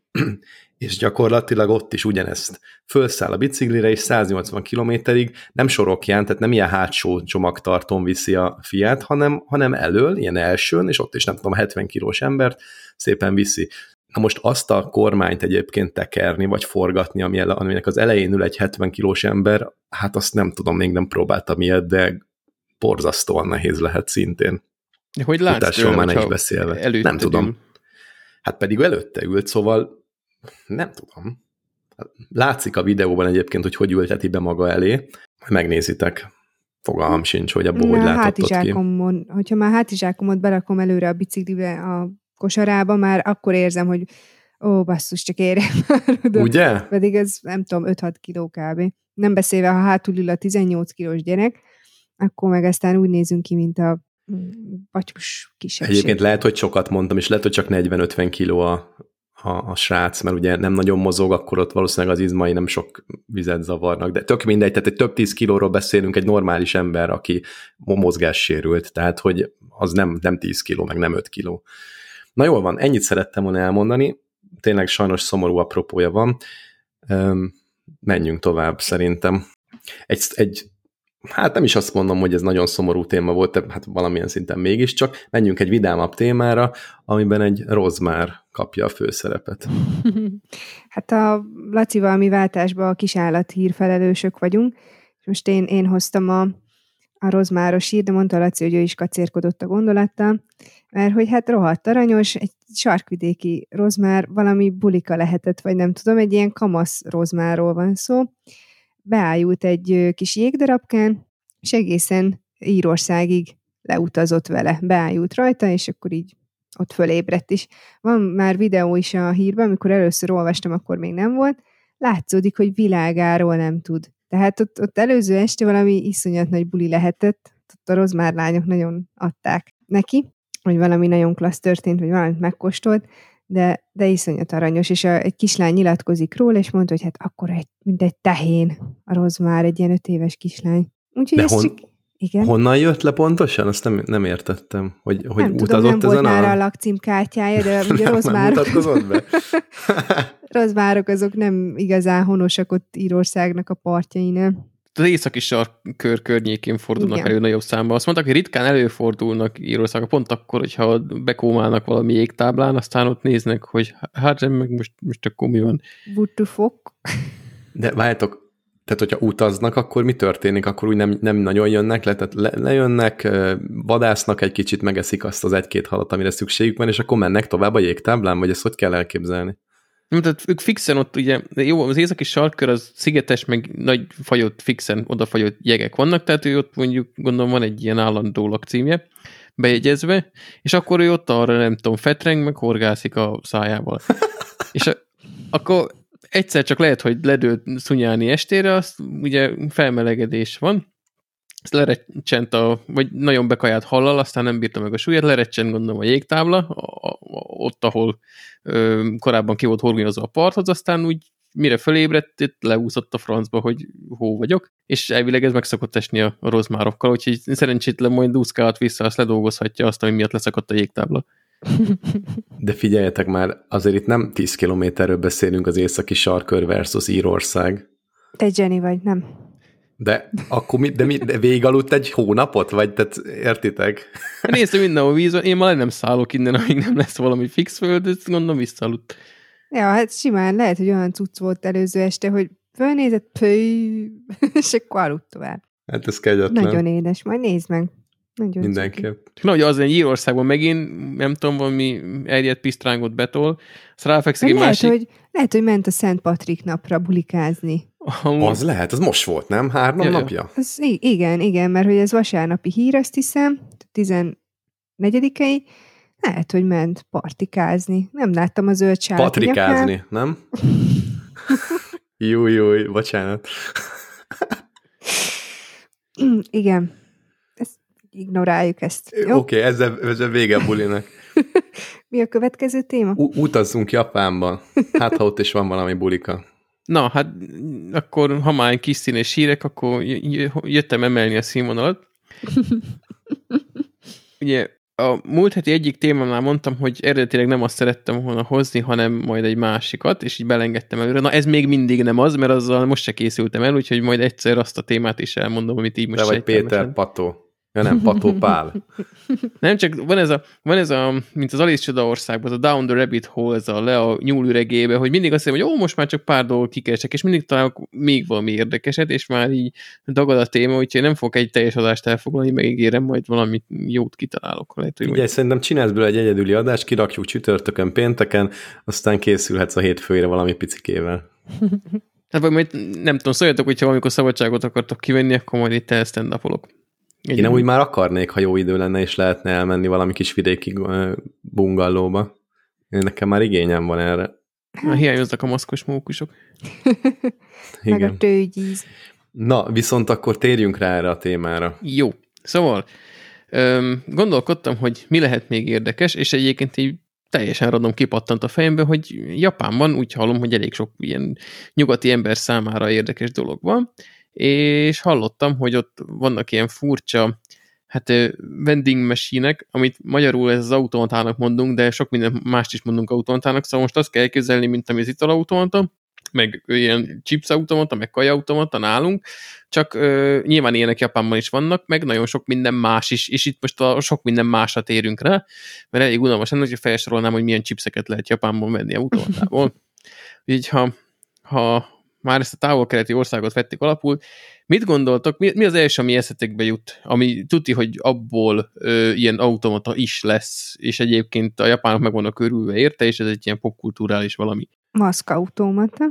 és gyakorlatilag ott is ugyanezt fölszáll a biciklire, és száznyolcvan kilométerig nem sorokján, tehát nem ilyen hátsó csomagtartón viszi a fiát, hanem, hanem elől, ilyen elsőn, és ott is nem tudom, hetven kilós embert szépen viszi. Na most azt a kormányt egyébként tekerni, vagy forgatni, ami, aminek az elején ül egy hetven kilós ember, hát azt nem tudom, még nem próbáltam ilyet, de borzasztóan nehéz lehet szintén. Hogy látsz tőle, már is beszélve. Nem tudom. Ül. Hát pedig előtte ült, szóval nem tudom. Látszik a videóban egyébként, hogy hogy ülteti be maga elé. Megnézitek. Fogalmam sincs, hogy abból hogy látott ki. Hogyha már hátizsákomot berakom előre a biciklibe a kosarába, már akkor érzem, hogy ó, basszus, csak érjem már oda. Ugye? Pedig ez nem tudom, öt-hat kiló kb. Nem beszélve, ha hátul ül a tizennyolc kilós gyerek, akkor meg aztán úgy nézünk ki, mint a batyus kisebbség. Egyébként lehet, hogy sokat mondtam, és lehet, hogy csak negyven-ötven kiló a A, a srác, mert ugye nem nagyon mozog, akkor ott valószínűleg az izmai nem sok vizet zavarnak, de tök mindegy, tehát egy több tíz kilóról beszélünk, egy normális ember, aki mozgássérült, tehát hogy az nem, nem tíz kiló, meg nem öt kiló. Na jól van, ennyit szerettem volna elmondani, tényleg sajnos szomorú apropója van, menjünk tovább szerintem. Egy, egy Hát nem is azt mondom, hogy ez nagyon szomorú téma volt, de hát valamilyen szinten mégiscsak. Menjünk egy vidámabb témára, amiben egy rozmár kapja a főszerepet. Hát a Lacival mi váltásban a kisállat hírfelelősök vagyunk, és most én, én hoztam a, a rozmáros hírt, de mondta Laci, hogy ő is kacérkodott a gondolattal, mert hogy hát rohadt aranyos, egy sarkvidéki rozmár, valami bulika lehetett, vagy nem tudom, egy ilyen kamasz rozmáról van szó. Beájult egy kis jégdarabkán, és egészen Írországig leutazott vele. Beájult rajta, és akkor így ott fölébredt is. Van már videó is a hírben, amikor először olvastam, akkor még nem volt. Látszódik, hogy világáról nem tud. Tehát ott, ott előző este valami iszonyat nagy buli lehetett. Ott a rozmárlányok nagyon adták neki, hogy valami nagyon klassz történt, vagy valamit megkóstolt, de, de iszonyat aranyos, és a, egy kislány nyilatkozik róla, és mondta, hogy hát akkor egy, mint egy tehén a rozmár, egy ilyen öt éves kislány. Úgyhogy de ez hon, csak, igen. Honnan jött le pontosan? Azt nem, nem értettem, hogy, hogy nem utazott tudom, nem ezen volt a... nála a lakcímkártyája, de ugye nem, rozmár... nem mutatkozott be? rozmárok azok nem igazán honosak ott Írországnak a partjainál. Az északi sarkkör környékén fordulnak Igen. elő nagyobb számban. Azt mondták, hogy ritkán előfordulnak Írországban, pont akkor, hogyha bekómálnak valami jégtáblán, aztán ott néznek, hogy hát meg most, most akkor mi van. Vuttufok. De várjátok, tehát hogyha utaznak, akkor mi történik? Akkor úgy nem, nem nagyon jönnek le, tehát le, lejönnek, vadásznak egy kicsit, megeszik azt az egy-két halat, amire szükségük van, és akkor mennek tovább a jégtáblán, vagy ezt hogy kell elképzelni? Tehát ők fixen ott ugye, jó, az északi sarkkör az szigetes, meg nagy fagyott, fixen odafagyott jegek vannak, tehát ő ott mondjuk gondolom van egy ilyen állandó lakcímje bejegyezve, és akkor ő ott arra nem tudom, fetreng, meg horgászik a szájával. És a, akkor egyszer csak lehet, hogy ledőlt szunyálni estére, azt ugye felmelegedés van, ezt lerecsent a, vagy nagyon bekajált hallal, aztán nem bírta meg a súlyát, lerecsent gondolom a jégtábla, a, a, ott, ahol ö, korábban ki volt horgonyozva a parthoz, aztán úgy mire fölébredt, itt leúszott a francba, hogy hó vagyok, és elvileg ez meg szokott esni a, a rozmárokkal, úgyhogy szerencsétlen majd úszkálhat vissza, azt ledolgozhatja azt, ami miatt leszakadt a jégtábla. De figyeljetek már, azért itt nem tíz kilométerről beszélünk az északi sarkör versus Írország. Te Jenny vagy, nem? De akkor mi, de, mi, de végig aludt egy hónapot? Vagy, tehát értitek? Nézd, hogy mindenhol víz van, én már nem szállok innen, amíg nem lesz valami fix föld, ezt gondolom visszaaludt. Ja, hát simán lehet, hogy olyan cucc volt előző este, hogy fölnézett, pöly, és akkor aludt tovább. Hát ez kegyetlen. Nagyon édes, majd nézd meg. Nagyon mindenképp. Na, hogy az egy Írországban megint, nem tudom, valami erjedt pisztrángot betol, azt ráfekszik egy lehet, másik... Hogy, lehet, hogy ment a Szent Patrik napra bulikázni. Amúgy... Az lehet, az most volt, nem? Három ja, napja? Az, igen, igen, mert hogy ez vasárnapi hír, azt hiszem, tizennegyedikei, lehet, hogy ment partikázni. Nem láttam a zöld sálat. Patrikázni, nem? Júj, júj, bocsánat. Igen. Ezt ignoráljuk ezt. Oké, okay, ezzel, ezzel vége a bulinak. Mi a következő téma? U- utazzunk Japánba. Hát, ha ott is van valami bulika. Na, hát akkor, ha már kis színes hírek, akkor jöttem emelni a színvonalat. Ugye a múlt heti egyik témámnál mondtam, hogy eredetileg nem azt szerettem volna hozni, hanem majd egy másikat, és így belengedtem előre. Na ez még mindig nem az, mert azzal most se készültem el, úgyhogy majd egyszer azt a témát is elmondom, amit így most te vagy Péter Pató. Ja nem, Pató Pál. Nem, csak van ez a, van ez a mint az Alice Csodaországban, az a Down the Rabbit Hole, ez a le a nyúl üregébe, hogy mindig azt mondom, hogy ó, most már csak pár dolgot kikeresek, és mindig találok még valami érdekeset, és már így dagad a téma, úgyhogy nem fogok egy teljes adást elfoglalni, megígérem, majd valamit jót kitalálok. Lehet, hogy ugye, majd... szerintem csinálsz belőle egy egyedüli adást, kirakjuk csütörtökön, pénteken, aztán készülhetsz a hétfőre valami picikével. Hát vagy majd nem tudom, szóljatok, hogyha valamikor szabadságot akartok kivenni, akkor majd itt stand-upolok. Én nem úgy már akarnék, ha jó idő lenne, és lehetne elmenni valami kis vidéki bungallóba. Nekem már igényem van erre. Na, hiányoznak a maszkos mókusok. Meg a tőgyíz. Na, viszont akkor térjünk rá erre a témára. Jó. Szóval öm, gondolkodtam, hogy mi lehet még érdekes, és egyébként így teljesen random kipattant a fejembe, hogy Japánban úgy hallom, hogy elég sok ilyen nyugati ember számára érdekes dolog van, és hallottam, hogy ott vannak ilyen furcsa hát vending machine-ek, amit magyarul ez az automatának mondunk, de sok minden mást is mondunk automatának, szóval most azt kell elképzelni, mint ami az italautomata, meg ilyen chips automata, meg kaja automata nálunk, csak ö, nyilván ilyenek Japánban is vannak, meg nagyon sok minden más is, és itt most a sok minden másra térünk rá, mert elég unalmas lenne, hogyha felsorolnám, hogy milyen chipseket lehet Japánban venni automatából. Úgyhogy ha, ha már ezt a távol-keleti országot vették alapul, mit gondoltok, mi, mi az első, ami eszetekbe jut, ami tuti, hogy abból ö, ilyen automata is lesz, és egyébként a japánok meg vannak körülve érte, és ez egy ilyen popkulturális valami. Maszkautomata.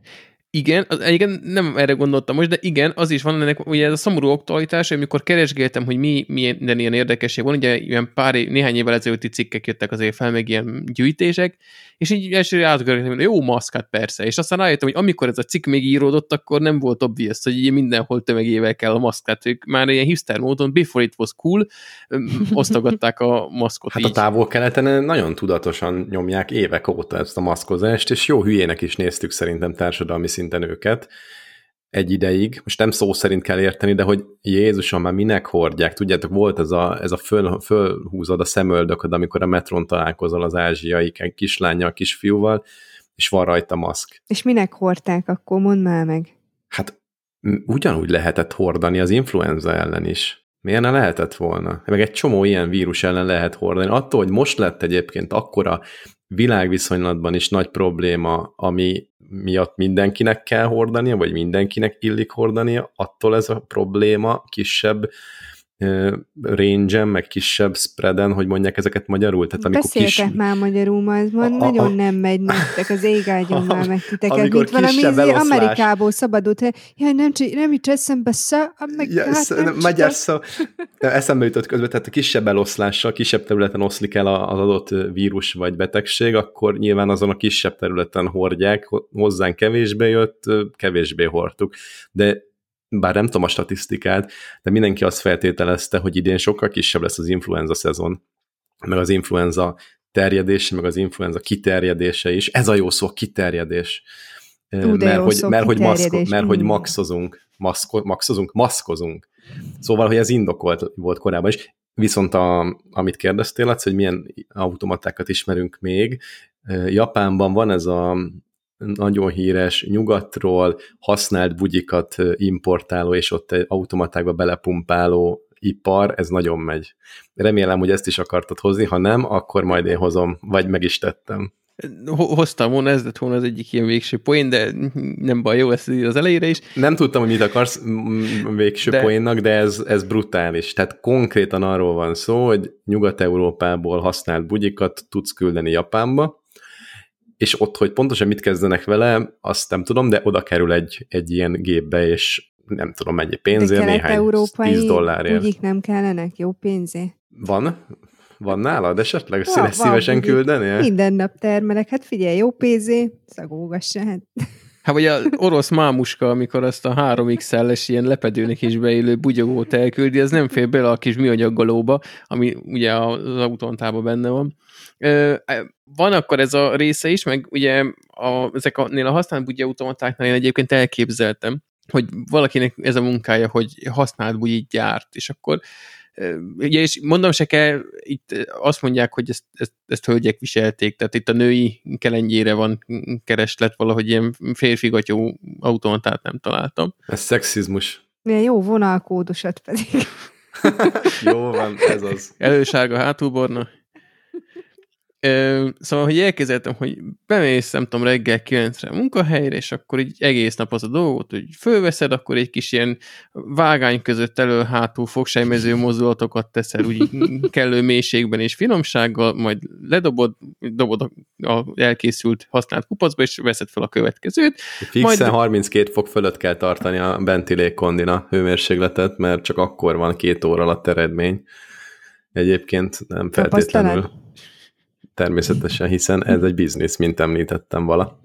Igen, az, igen, nem erre gondoltam most, de igen, az is van ennek, ugye ez a szomorú aktualitás, amikor keresgéltem, hogy mi, minden ilyen érdekesség van, ugye ilyen pár, néhány évvel ezelőtti cikkek jöttek azért fel, meg ilyen gyűjtések, és így elsőre átgörgettem, hogy jó maszkát persze, és aztán rájöttem, hogy amikor ez a cikk még íródott, akkor nem volt obvious, hogy így mindenhol tömegével kell a maszkát, ők már ilyen hipster módon, before it was cool, osztogatták a maszkot. Hát így. a távol-keleten nagyon tudatosan nyomják évek óta ezt a maszkozást, és jó hülyének is néztük szerintem társadalmi szinten őket egy ideig. Most nem szó szerint kell érteni, de hogy Jézusom, már minek hordják? Tudjátok, volt ez a, ez a föl, fölhúzod a szemöldököd, amikor a metron találkozol az ázsiai kislánnyal, kisfiúval, és van rajta maszk. És minek hordták akkor? Mondd már meg. Hát ugyanúgy lehetett hordani az influenza ellen is. Miért ne lehetett volna? Meg egy csomó ilyen vírus ellen lehet hordani. Attól, hogy most lett egyébként akkora világviszonylatban is nagy probléma, ami miatt mindenkinek kell hordania, vagy mindenkinek illik hordania, attól ez a probléma kisebb uh, range-en, meg kisebb spreaden, hogy mondják ezeket magyarul. Tehát amikor beszéltek kis... már magyarul, ma ez ma nagyon a, nem megy nektek, az ég áldjon már meg titeket, mint valami Amerikából szabadult, jaj, nem, nem itt eszembe szá, meg ja, hát nem magyar szó. Eszembe jutott közben, tehát a kisebb eloszlással, kisebb területen oszlik el az adott vírus vagy betegség, akkor nyilván azon a kisebb területen hordják, hozzánk kevésbé jött, kevésbé hordtuk. De bár nem tudom a statisztikát, de mindenki azt feltételezte, hogy idén sokkal kisebb lesz az influenza szezon, meg az influenza terjedése, meg az influenza kiterjedése is. Ez a jó szó, kiterjedés. Ú, mert, hogy, szó, mert, hogy maszko, mert mm. hogy maxozunk, maszko, maxozunk, maszkozunk. Szóval, hogy ez indokolt volt korábban is. Viszont a, amit kérdeztél, Laci, hogy milyen automatákat ismerünk még, Japánban van ez a nagyon híres nyugatról használt bugyikat importáló, és ott automatákba belepumpáló ipar, ez nagyon megy. Remélem, hogy ezt is akartad hozni, ha nem, akkor majd én hozom, vagy meg is tettem. Hoztam volna, ez lett volna az egyik ilyen végső poén, de nem baj, jó lesz az elejére is. Nem tudtam, hogy mit akarsz végső de... poénnak, de ez, ez brutális. Tehát konkrétan arról van szó, hogy Nyugat-Európából használt bugyikat tudsz küldeni Japánba, és ott, hogy pontosan mit kezdenek vele, azt nem tudom, de oda kerül egy, egy ilyen gépbe, és nem tudom mennyi pénzért, néhány tíz dollárért. Bugyik nem kellenek, jó pénzé? Van? Van nálad esetleg? Van, szívesen küldenél? Minden nap termelek. Hát figyelj, jó pénzé, szagolgassa. Hát. Hát vagy az orosz mámuska, amikor azt a három iksz el-es ilyen lepedőnek is beillő bugyogót elküldi, az nem fér bele a kis műanyaggolóba, ami ugye az automatában benne van. Van akkor ez a része is, meg ugye a, ezeknél a használt bugyi automatáknál én egyébként elképzeltem, hogy valakinek ez a munkája, hogy használt bugyit gyárt, és akkor ugye, és mondom se kell, itt azt mondják, hogy ezt, ezt, ezt hölgyek viselték, tehát itt a női kelengyére van kereslet, valahogy ilyen férfigatyó automatát nem találtam. Ez szexizmus. Milyen jó vonalkódosat pedig. Jó van, ez az. Elősárga, hátulbarna. Szóval, hogy elképzeltem, hogy bemész, nem tudom, reggel kilencre a munkahelyre, és akkor így egész nap az a dolgot, hogy fölveszed, akkor egy kis ilyen vágány között elő-hátul fogsejmező mozdulatokat teszel, úgy kellő mélységben és finomsággal, majd ledobod, dobod a elkészült használt kupacba, és veszed fel a következőt. Fixen majd... harminckét fok fölött kell tartani a benti légkondina hőmérsékletet, mert csak akkor van két óra alatt eredmény. Egyébként nem feltétlenül. Természetesen, hiszen ez egy biznisz, mint említettem vala.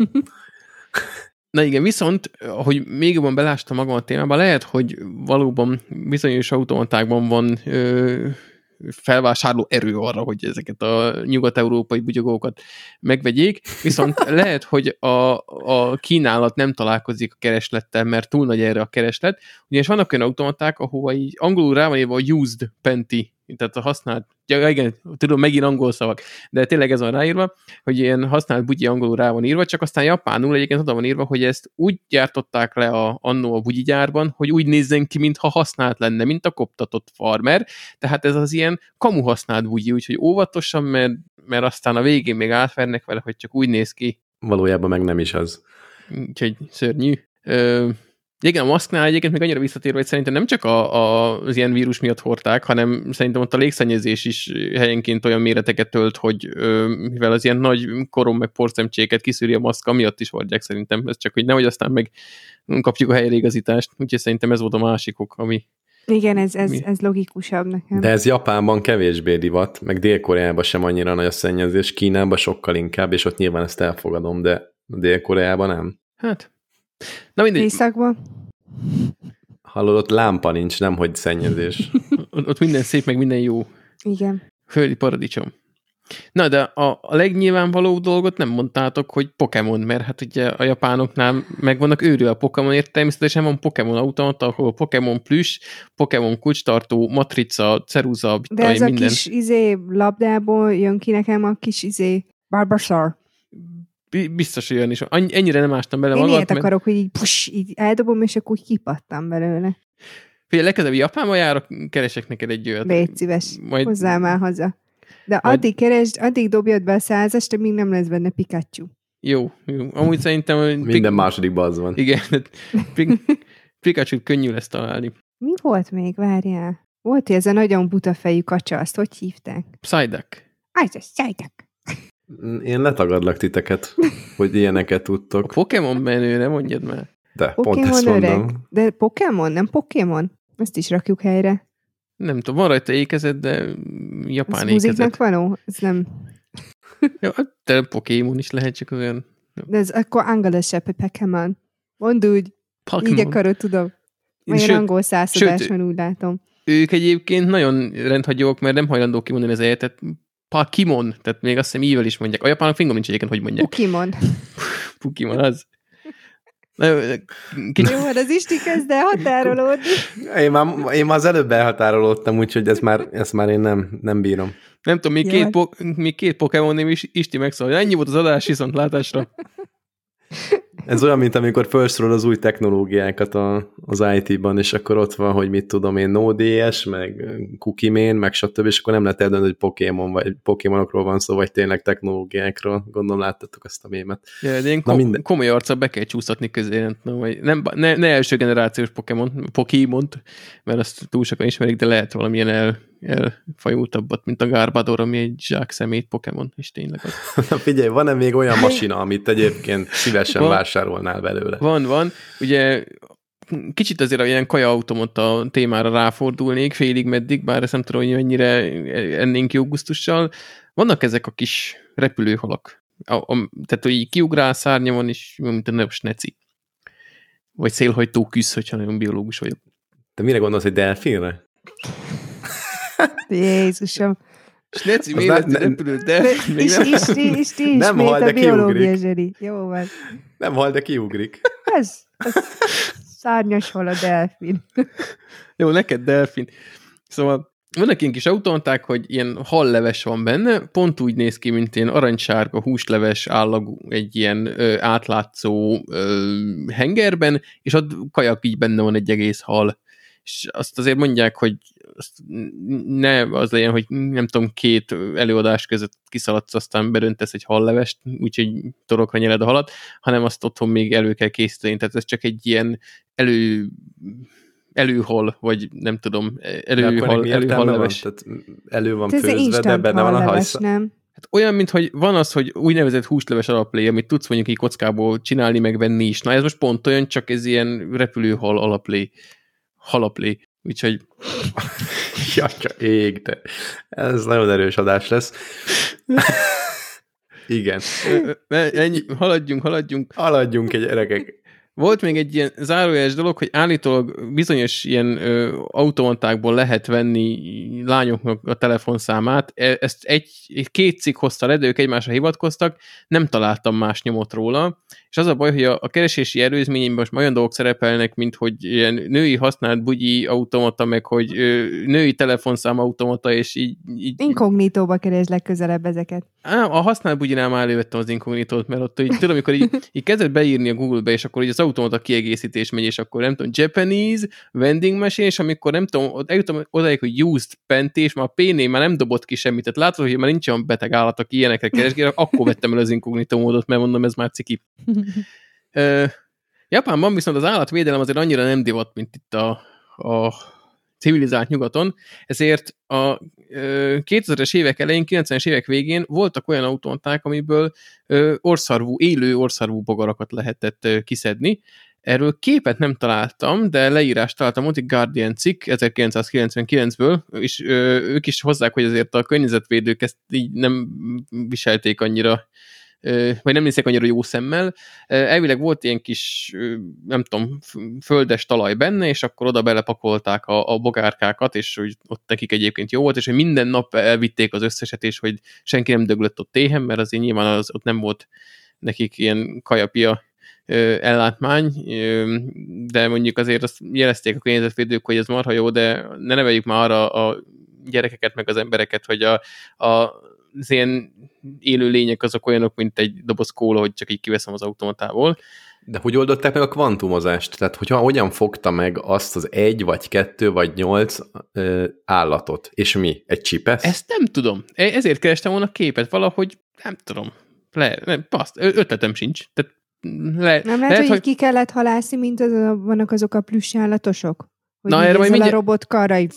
Na igen, viszont, hogy még jobban belástam magam a témában, lehet, hogy valóban bizonyos automatákban van ö, felvásárló erő arra, hogy ezeket a nyugat-európai bugyogókat megvegyék, viszont lehet, hogy a, a kínálat nem találkozik a kereslettel, mert túl nagy erre a kereslet, ugyanis vannak olyan automaták, ahova így angolul rá van írva a used penti, tehát a használt, ja, igen, tudom, megint angol szavak, de tényleg ez van ráírva, hogy ilyen használt bugyi angolul rá van írva, csak aztán japánul egyébként oda van írva, hogy ezt úgy gyártották le a, annó a bugyi gyárban, hogy úgy nézzen ki, mintha használt lenne, mint a koptatott farmer, tehát ez az ilyen kamu használt bugyi, úgyhogy óvatosan, mert, mert aztán a végén még átvernek vele, hogy csak úgy néz ki. Valójában meg nem is az. Úgyhogy szörnyű. Ö, Igen, a maszknál egyébként még annyira visszatérve, hogy szerintem nem csak a, a, az ilyen vírus miatt hordták, hanem szerintem ott a légszennyezés is helyenként olyan méreteket tölt, hogy ö, mivel az ilyen nagy korom meg porcemcséket kiszűri a maszk, miatt is hordják szerintem. Ez csak, hogy nehogy aztán meg kapjuk a helyreigazítást. Úgyhogy szerintem ez volt a másikok, ami... Igen, ez, ez, ez logikusabb nekem. De ez Japánban kevésbé divat, meg Dél-Koreában sem annyira nagy a szennyezés, Kínában sokkal inkább, és ott nyilván ezt elfogadom, de Dél-Koreában nem. Hát... Na mindegy. Északban? Hallod, ott lámpa nincs, nem hogy szennyezés. Ott minden szép, meg minden jó. Igen. Földi paradicsom. Na, de a, a legnyilvánvalóbb dolgot nem mondtátok, hogy Pokémon, mert hát ugye a japánoknál meg vannak őrül a Pokémonért, természetesen van Pokémon automata, ahol Pokémon plüss, Pokémon kulcstartó, matrica, ceruza, de ez minden. a kis izé labdából jön ki nekem a kis izé Bulbasaur. Biztos olyan is. Ennyire nem ástam bele Én magad. ilyet akarok, hogy így, puss, így eldobom, és akkor kipattam belőle. Figyelj, legközelebb Japánba járok, keresek neked egy olyat. Légy szíves, majd... hozzá már haza. De majd... addig keresd, addig dobjad be a százast, amíg nem lesz benne Pikachu. Jó, jó. Amúgy szerintem... Minden másodikban az van. Igen, Pikachu könnyű lesz találni. Mi volt még? Várjál. Volt ez a nagyon buta fejű kacsa, azt hogy hívták? Psyduck. Az a Psyduck. Én letagadlak titeket, hogy ilyeneket tudtok. A Pokémon menő, nem mondjad már. De, Pokémon pont ezt öreg. mondom. De Pokémon, nem Pokémon? Ezt is rakjuk helyre. Nem tudom, van rajta ékezet, de japán ez ékezet. Ez való? Ez nem... Jó, de Pokémon is lehet, csak olyan... De ez akkor angolosebb, hogy Pokémon. Mondd úgy. Pokémon. Így akarod, tudom. Olyan angol szászadás van, úgy látom. Ők egyébként nagyon rendhagyók, mert nem hajlandók kimondani az ejet, tehát Pakimon, tehát még azt hiszem ível is mondják. A japánok fingom nincs egyébként, hogy mondják. Pukimon. Pukimon, az. Kicsit... Jó, hát az Isti kezd el határolódni. Én már, én már az előbb elhatárolódtam, úgyhogy ezt már, ezt már én nem, nem bírom. Nem tudom, még két, po- még két Pokémon név is Isti megszól. Ennyi volt az adás, viszont látásra. Ez olyan, mint amikor felsorol az új technológiákat a, az í té-ban, és akkor ott van, hogy mit tudom én, Node.js, meg Cookie-main, meg stb., és akkor nem lehet eldönteni, hogy Pokémon, vagy Pokémonokról van szó, vagy tényleg technológiákról. Gondolom láttatok azt a mémet. Ja, de én kom- minden... komoly arccal be kell csúsztatni közé, nem tudom, vagy nem, ne, ne első generációs Pokémon, Pokémont, mert azt túl sokan ismerik, de lehet valamilyen el, elfajultabbat, mint a Garbodor, ami egy zsák szemét Pokémon, és tényleg az. Na figyelj, van-e még olyan masina, amit egyébként szívesen van, vásárolnál belőle? Van, van. Ugye kicsit azért ilyen kajaautomata témára ráfordulnék, félig meddig, bár ezt nem tudom, hogy mennyire ennénk jó gusztussal. Vannak ezek a kis repülőhalak. A, a, tehát, hogy kiugrál szárnya van, és mint a növös neci. Vagy szélhajtó küsz, hogyha nagyon biológus vagyok. Te mire gondolsz, hogy delfinre? Jézusom. Sneci méretű repülő, de... És Isti, Isti ismét a biológia zseni. Jó van. Nem hal, de kiugrik. Ez, ez szárnyas hal a delfin. Jó, neked delfin. Szóval vannak ilyen kis automaták, hogy ilyen halleves van benne, pont úgy néz ki, mint ilyen aranysárga húsleves állagú egy ilyen ö, átlátszó ö, hengerben, és ott kajak így benne van egy egész hal. És azt azért mondják, hogy azt ne az legyen, hogy nem tudom, két előadás között kiszaladsz, aztán beröntesz egy hallevest, úgyhogy torokra nyered a halat, hanem azt otthon még elő kell készíteni. Tehát ez csak egy ilyen elő előhal, vagy nem tudom, előhal, előhalleves. Tehát elő van főzve, de benne van a hajsza. Nem? Hát olyan, mint hogy van az, hogy úgynevezett húsleves alaplé, amit tudsz mondjuk így kockából csinálni, meg venni is. Na ez most pont olyan, csak ez ilyen repülőhal alaplé. Halaplé. Úgyhogy... Jatja, ég, de ez nagyon erős adás lesz. Igen. Ennyi, haladjunk, haladjunk. Haladjunk egy gyerekek. Volt még egy ilyen zárójeles dolog, hogy állítólag bizonyos ilyen ö, automatákból lehet venni lányoknak a telefonszámát. Ezt egy, egy két cikk hozta le, de ők egymásra hivatkoztak, nem találtam más nyomot róla. És az a baj, hogy a, a keresési előzményemben most olyan dolgok szerepelnek, mint hogy ilyen női használt bugyi automata, meg hogy ö, női telefonszám automata, és így... így... Inkognitóba keresd legközelebb ezeket. Á, a használt bugyinál már elővettem az inkognitót, mert ott így, tudom, amikor így, így kezdett beírni a Google-be, és akkor így az automata kiegészítés megy, és akkor nem tudom, Japanese, vending machine, és amikor nem tudom, eljutom odáig, hogy used pent, és már a P-nél már nem dobott ki semmit, tehát látod, hogy már nincs olyan beteg állat, aki ilyenekre keresgél, akkor vettem el az inkognitó módot, mert mondom, ez már ciki. uh, Japánban viszont az állatvédelem azért annyira nem divat, mint itt a, a civilizált nyugaton, ezért a kétezres évek elején, kilencvenes évek végén voltak olyan automaták, amiből orszarvú, élő orszarvú bogarakat lehetett kiszedni. Erről képet nem találtam, de leírást találtam, ott egy Guardian cikk ezerkilencszázkilencvenkilencből, és ők is hozzák, hogy azért a környezetvédők ezt így nem viselték annyira, vagy nem nézték annyira jó szemmel. Elvileg volt ilyen kis, nem tudom, földes talaj benne, és akkor oda belepakolták a, a bogárkákat, és hogy ott nekik egyébként jó volt, és hogy minden nap elvitték az összeset, és hogy senki nem döglött ott éhen, mert azért nyilván az, ott nem volt nekik ilyen kajapia ellátmány, de mondjuk azért azt jelezték a környezetvédők, hogy ez marha jó, de ne neveljük már arra a gyerekeket, meg az embereket, hogy a, a az ilyen élő lények azok olyanok, mint egy doboz kóla, hogy csak így kiveszem az automatából. De hogy oldották meg a kvantumozást? Tehát hogyha hogyan fogta meg azt az egy, vagy kettő, vagy nyolc ö, állatot? És mi? Egy csipesz? Ezt nem tudom. Ezért kerestem volna képet. Valahogy, nem tudom. Le, nem, paszt, ötletem sincs. Tehát le, nem lehet, hogy, hogy ki kellett halászni, mint az, vannak azok a plüss állatosok? Hogy na, erre majd mindjárt... a robotkarra így...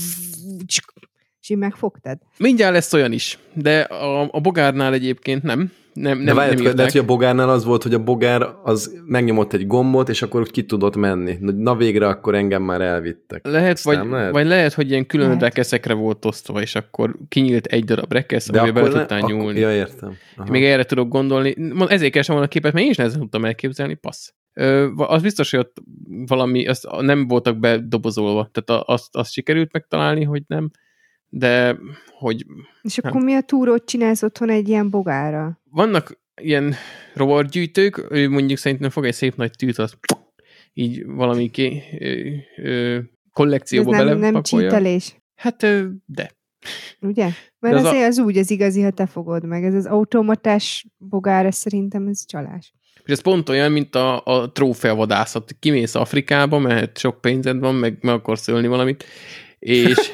és így megfogtad. Mindjárt lesz olyan is, de a, a bogárnál egyébként nem. nem, nem de várját, nem lehet, hogy a bogárnál az volt, hogy a bogár az megnyomott egy gombot, és akkor úgy ki tudott menni. Na végre akkor engem már elvittek. Lehet, vagy lehet? vagy lehet, hogy ilyen külön lehet. rekeszekre volt osztva, és akkor kinyílt egy darab rekesz, amivel bele tudtál nyúlni. Ja, értem. Aha. Még erre tudok gondolni. Ezért keresem volna a képet, mert én is nehezen tudtam elképzelni, passz. Az biztos, hogy ott valami, azt nem voltak bedobozolva, tehát azt, azt sikerült megtalálni, hogy nem, de hogy... És akkor nem. Mi a túrót csinálsz otthon egy ilyen bogára? Vannak ilyen rovargyűjtők, ő mondjuk szerintem fog egy szép nagy tűt, az így valami ké, ö, ö, kollekcióba belepakolja. Nem, nem csítelés? Hát, de. Ugye? Mert az, az, a... az úgy az igazi, ha te fogod meg. Ez az automatás bogár, ez szerintem ez csalás. És ez pont olyan, mint a, a trófeavadászat. Kimész Afrikába, mert sok pénzed van, meg meg akarsz ölni valamit, és...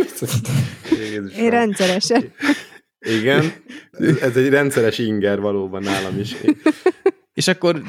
Én rendszeresen. Igen, ez egy rendszeres inger valóban nálam is. És akkor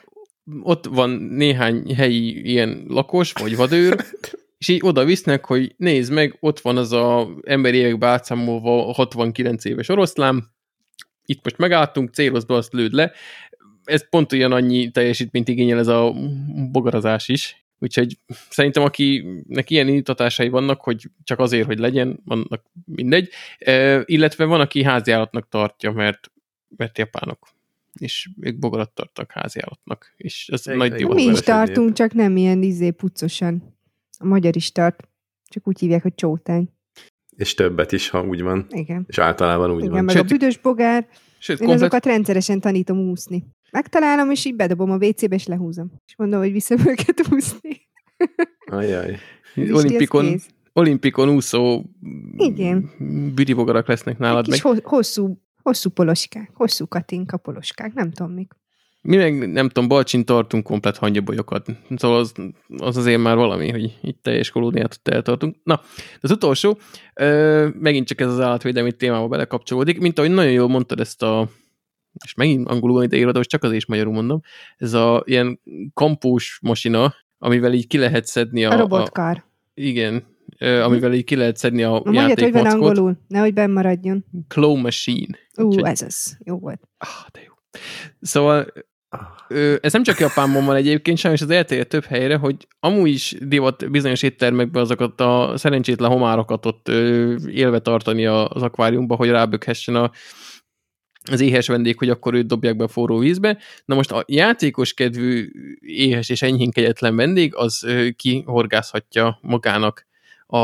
ott van néhány helyi ilyen lakos, vagy vadőr, és így oda visznek, hogy nézd meg, ott van az a emberi évekbe átszámolva hatvankilenc éves oroszlán, itt most megálltunk, célozd be, azt lőd le. Ez pont olyan annyi teljesítményt igényel ez a bogarazás is. Úgyhogy szerintem akinek ilyen indítatásai vannak, hogy csak azért, hogy legyen, vannak mindegy. E, illetve van, aki háziállatnak tartja, mert, mert japánok. És ők bogarat tartnak háziállatnak. És ez egy, nagy jó. Mi is tartunk, épp. Csak nem ilyen izé puccosan. A magyar is tart. Csak úgy hívják, hogy csótány. És többet is, ha úgy van. Igen. És általában úgy Igen, van. meg sőt, a büdös bogár. Sőt, én komplet... azokat rendszeresen tanítom úszni. Megtalálom, és így bedobom a vécébe, és lehúzom. És mondom, hogy vissza őket úszni. Ajaj. Olimpikon, olimpikon úszó igen. büdibogarak lesznek nálad. Meg... hosszú, hosszú poloskák, hosszú katinka poloskák, nem tudom mik. Mi meg, nem tudom, Balcsin tartunk komplet hangyabolyokat. Szóval az, az azért már valami, hogy itt teljes kolóniát eltartunk. Na, az utolsó, ö, megint csak ez az állatvédelmi témába belekapcsolódik, mint ahogy nagyon jól mondtad ezt a, és megint angolul van ideírva, de most csak azért is magyarul mondom, ez a ilyen kampós masina, amivel így ki lehet szedni a... A robotkár. A, igen, ö, amivel így ki lehet szedni a játékmackot. Mondjad, hogy van angolul, nehogy benn maradjon. Claw machine. Ú, uh, ez az. Jó volt. Ah, de jó. Szóval ez nem csak Japánban van egyébként, sajnos az elterjedt több helyre, hogy amúgy is divat bizonyos éttermekben azokat a szerencsétlen homárokat ott élve tartani az akváriumba, hogy rábökhessen a, az éhes vendég, hogy akkor őt dobják be a forró vízbe. Na most a játékos kedvű éhes és enyhén kegyetlen vendég, az kihorgászhatja magának A,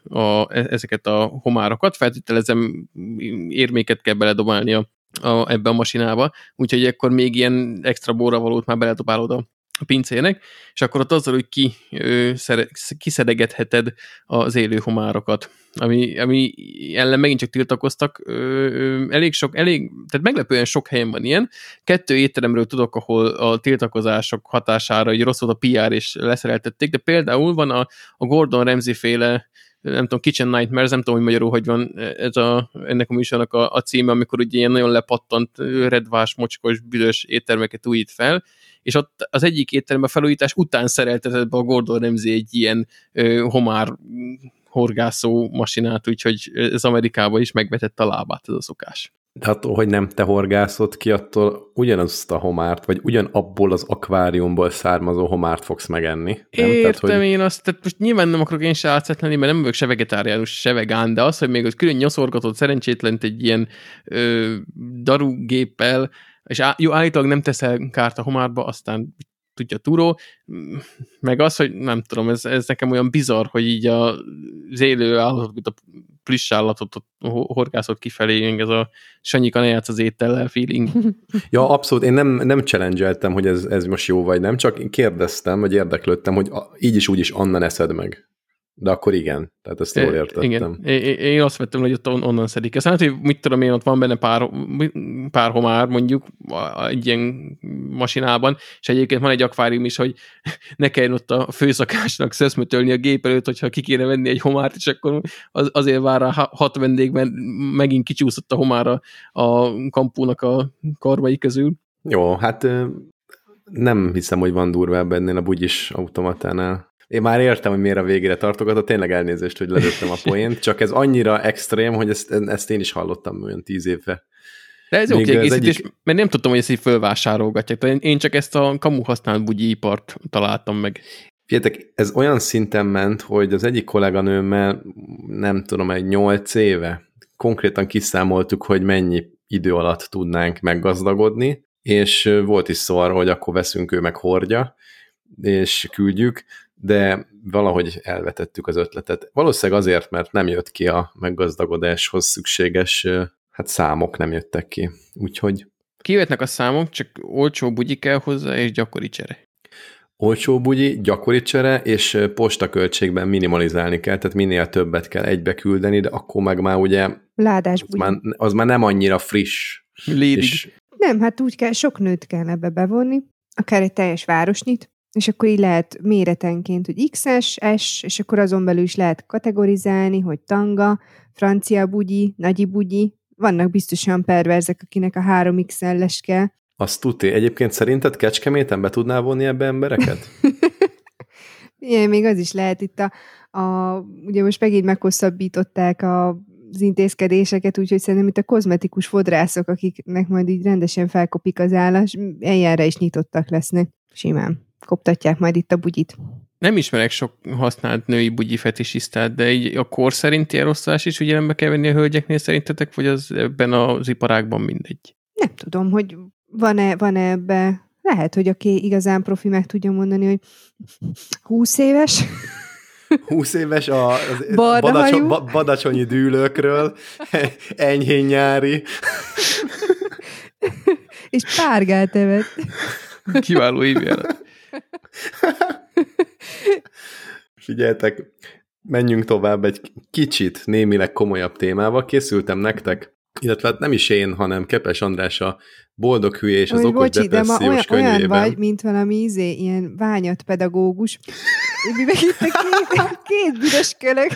a, ezeket a homárokat, feltételezem érméket kell beledobálni a, a, ebbe a masinába, úgyhogy akkor még ilyen extra borravalót már beledobálod a pincének, és akkor ott azzal, hogy ki, ö, szere, kiszedegetheted az élő homárokat, ami, ami ellen megint csak tiltakoztak, ö, ö, elég sok, elég, tehát meglepően sok helyen van ilyen. Kettő étteremről tudok, ahol a tiltakozások hatására így rossz volt a pé er és leszereltették, de például van a, a Gordon Ramsay féle, nem tudom, Kitchen Nightmares, nem tudom, hogy magyarul hogy van ez a, ennek a műsornak a, a címe, amikor ugye ilyen nagyon lepattant, redvás, mocskos, büdös éttermeket újít fel, és ott az egyik étteremben felújítás után szereltetett be a Gordon Ramsay egy ilyen ö, homár horgászó masinát, úgyhogy ez Amerikában is megvetett a lábát ez a szokás. De attól, hogy nem te horgászod ki, attól ugyanazt a homárt, vagy ugyanabból az akváriumból származó homárt fogsz megenni. Nem? Értem tehát, hogy... én azt, tehát most nyilván nem akarok én se átszett mert nem vagyok se vegetáriánus, se vegán, de az, hogy még ott külön nyoszorgatott szerencsétlent egy ilyen ö, darúgéppel, és á, jó, állítólag nem teszel kárt a homárba, aztán tudja túró, meg az, hogy nem tudom, ez, ez nekem olyan bizarr, hogy így az élő állatot, mint a plüss állatot horgászott kifelé, ez a Sanyika ne játsz az étellel feeling. Ja, abszolút, én nem, nem challenge-eltem, hogy ez, ez most jó vagy nem, csak én kérdeztem, vagy érdeklődtem, hogy így is úgy is onnan eszed meg. De akkor igen, tehát ezt jól értettem. Igen, én azt vettem, hogy ott onnan szedik. Ez hát, hogy mit tudom én, ott van benne pár, pár homár, mondjuk egy ilyen masinában, és egyébként van egy akvárium is, hogy ne kelljen ott a főszakásnak szeszmötölni a gép előtt, hogyha ki kéne venni egy homárt, és akkor az, azért vár rá hat vendég, mert megint kicsúszott a homára a kampónak a karmai közül. Jó, hát nem hiszem, hogy van durvább ennél a bugyis automatánál. Én már értem, hogy miért a végére tartogatott, tényleg elnézést, hogy lelőttem a poént, csak ez annyira extrém, hogy ezt, ezt én is hallottam olyan tíz éve. De ez jó kiegészítés, egyik... mert nem tudtam, hogy ezt így fölvásárolgatják. Én csak ezt a kamu használt bugyi-ipart találtam meg. Figyeljetek, ez olyan szinten ment, hogy az egyik kolléganőmmel, nem tudom, egy nyolc éve konkrétan kiszámoltuk, hogy mennyi idő alatt tudnánk meggazdagodni, és volt is szó arra, hogy akkor veszünk, ő meg hordja, és küldjük, de valahogy elvetettük az ötletet. Valószínűleg azért, mert nem jött ki a meggazdagodáshoz szükséges, hát számok nem jöttek ki. Úgyhogy... Kijöttnek a számok, csak olcsó bugyi kell hozzá, és gyakori csere. Olcsó bugyi, gyakori csere, és postaköltségben minimalizálni kell, tehát minél többet kell egybe küldeni, de akkor meg már ugye Ládás az már, az már nem annyira friss. És... Nem, hát úgy kell, sok nőt kell ebbe bevonni, akár egy teljes városnyit, és akkor így lehet méretenként, hogy iksz es, S, és akkor azon belül is lehet kategorizálni, hogy tanga, francia bugyi, nagyi bugyi. Vannak biztosan perverzek, akinek a három iksz el-es kell. Azt tudti. Egyébként szerinted Kecskeméten be tudnál vonni ebbe embereket? Igen, még az is lehet itt a, a ugye most megint meghosszabbították a, az intézkedéseket, úgyhogy szerintem itt a kozmetikus fodrászok, akiknek majd így rendesen felkopik az állás, ilyenre is nyitottak lesznek. Simán. Koptatják majd itt a bugyit. Nem ismerek sok használt női bugyi fetisisztát, de így a kor szerinti elosztás is figyelembe kell venni a hölgyeknél szerintetek, vagy az ebben az iparágban mindegy? Nem tudom, hogy van-e, van-e ebbe, lehet, hogy aki igazán profi meg tudja mondani, hogy húsz éves. húsz éves a badacso, ba, badacsonyi dűlőkről, enyhén nyári. És párgát evett. Kiváló évjárat. Figyeljetek, menjünk tovább egy kicsit némileg komolyabb témával. Készültem nektek, illetve nem is én, hanem Kepes András a Boldog hülye és az Oly, okos bocsi, depressziós de ma olyan, könyvében. olyan vagy, mint valami izé, ilyen ványat pedagógus. Mi meg itt a két, két büdös kölök,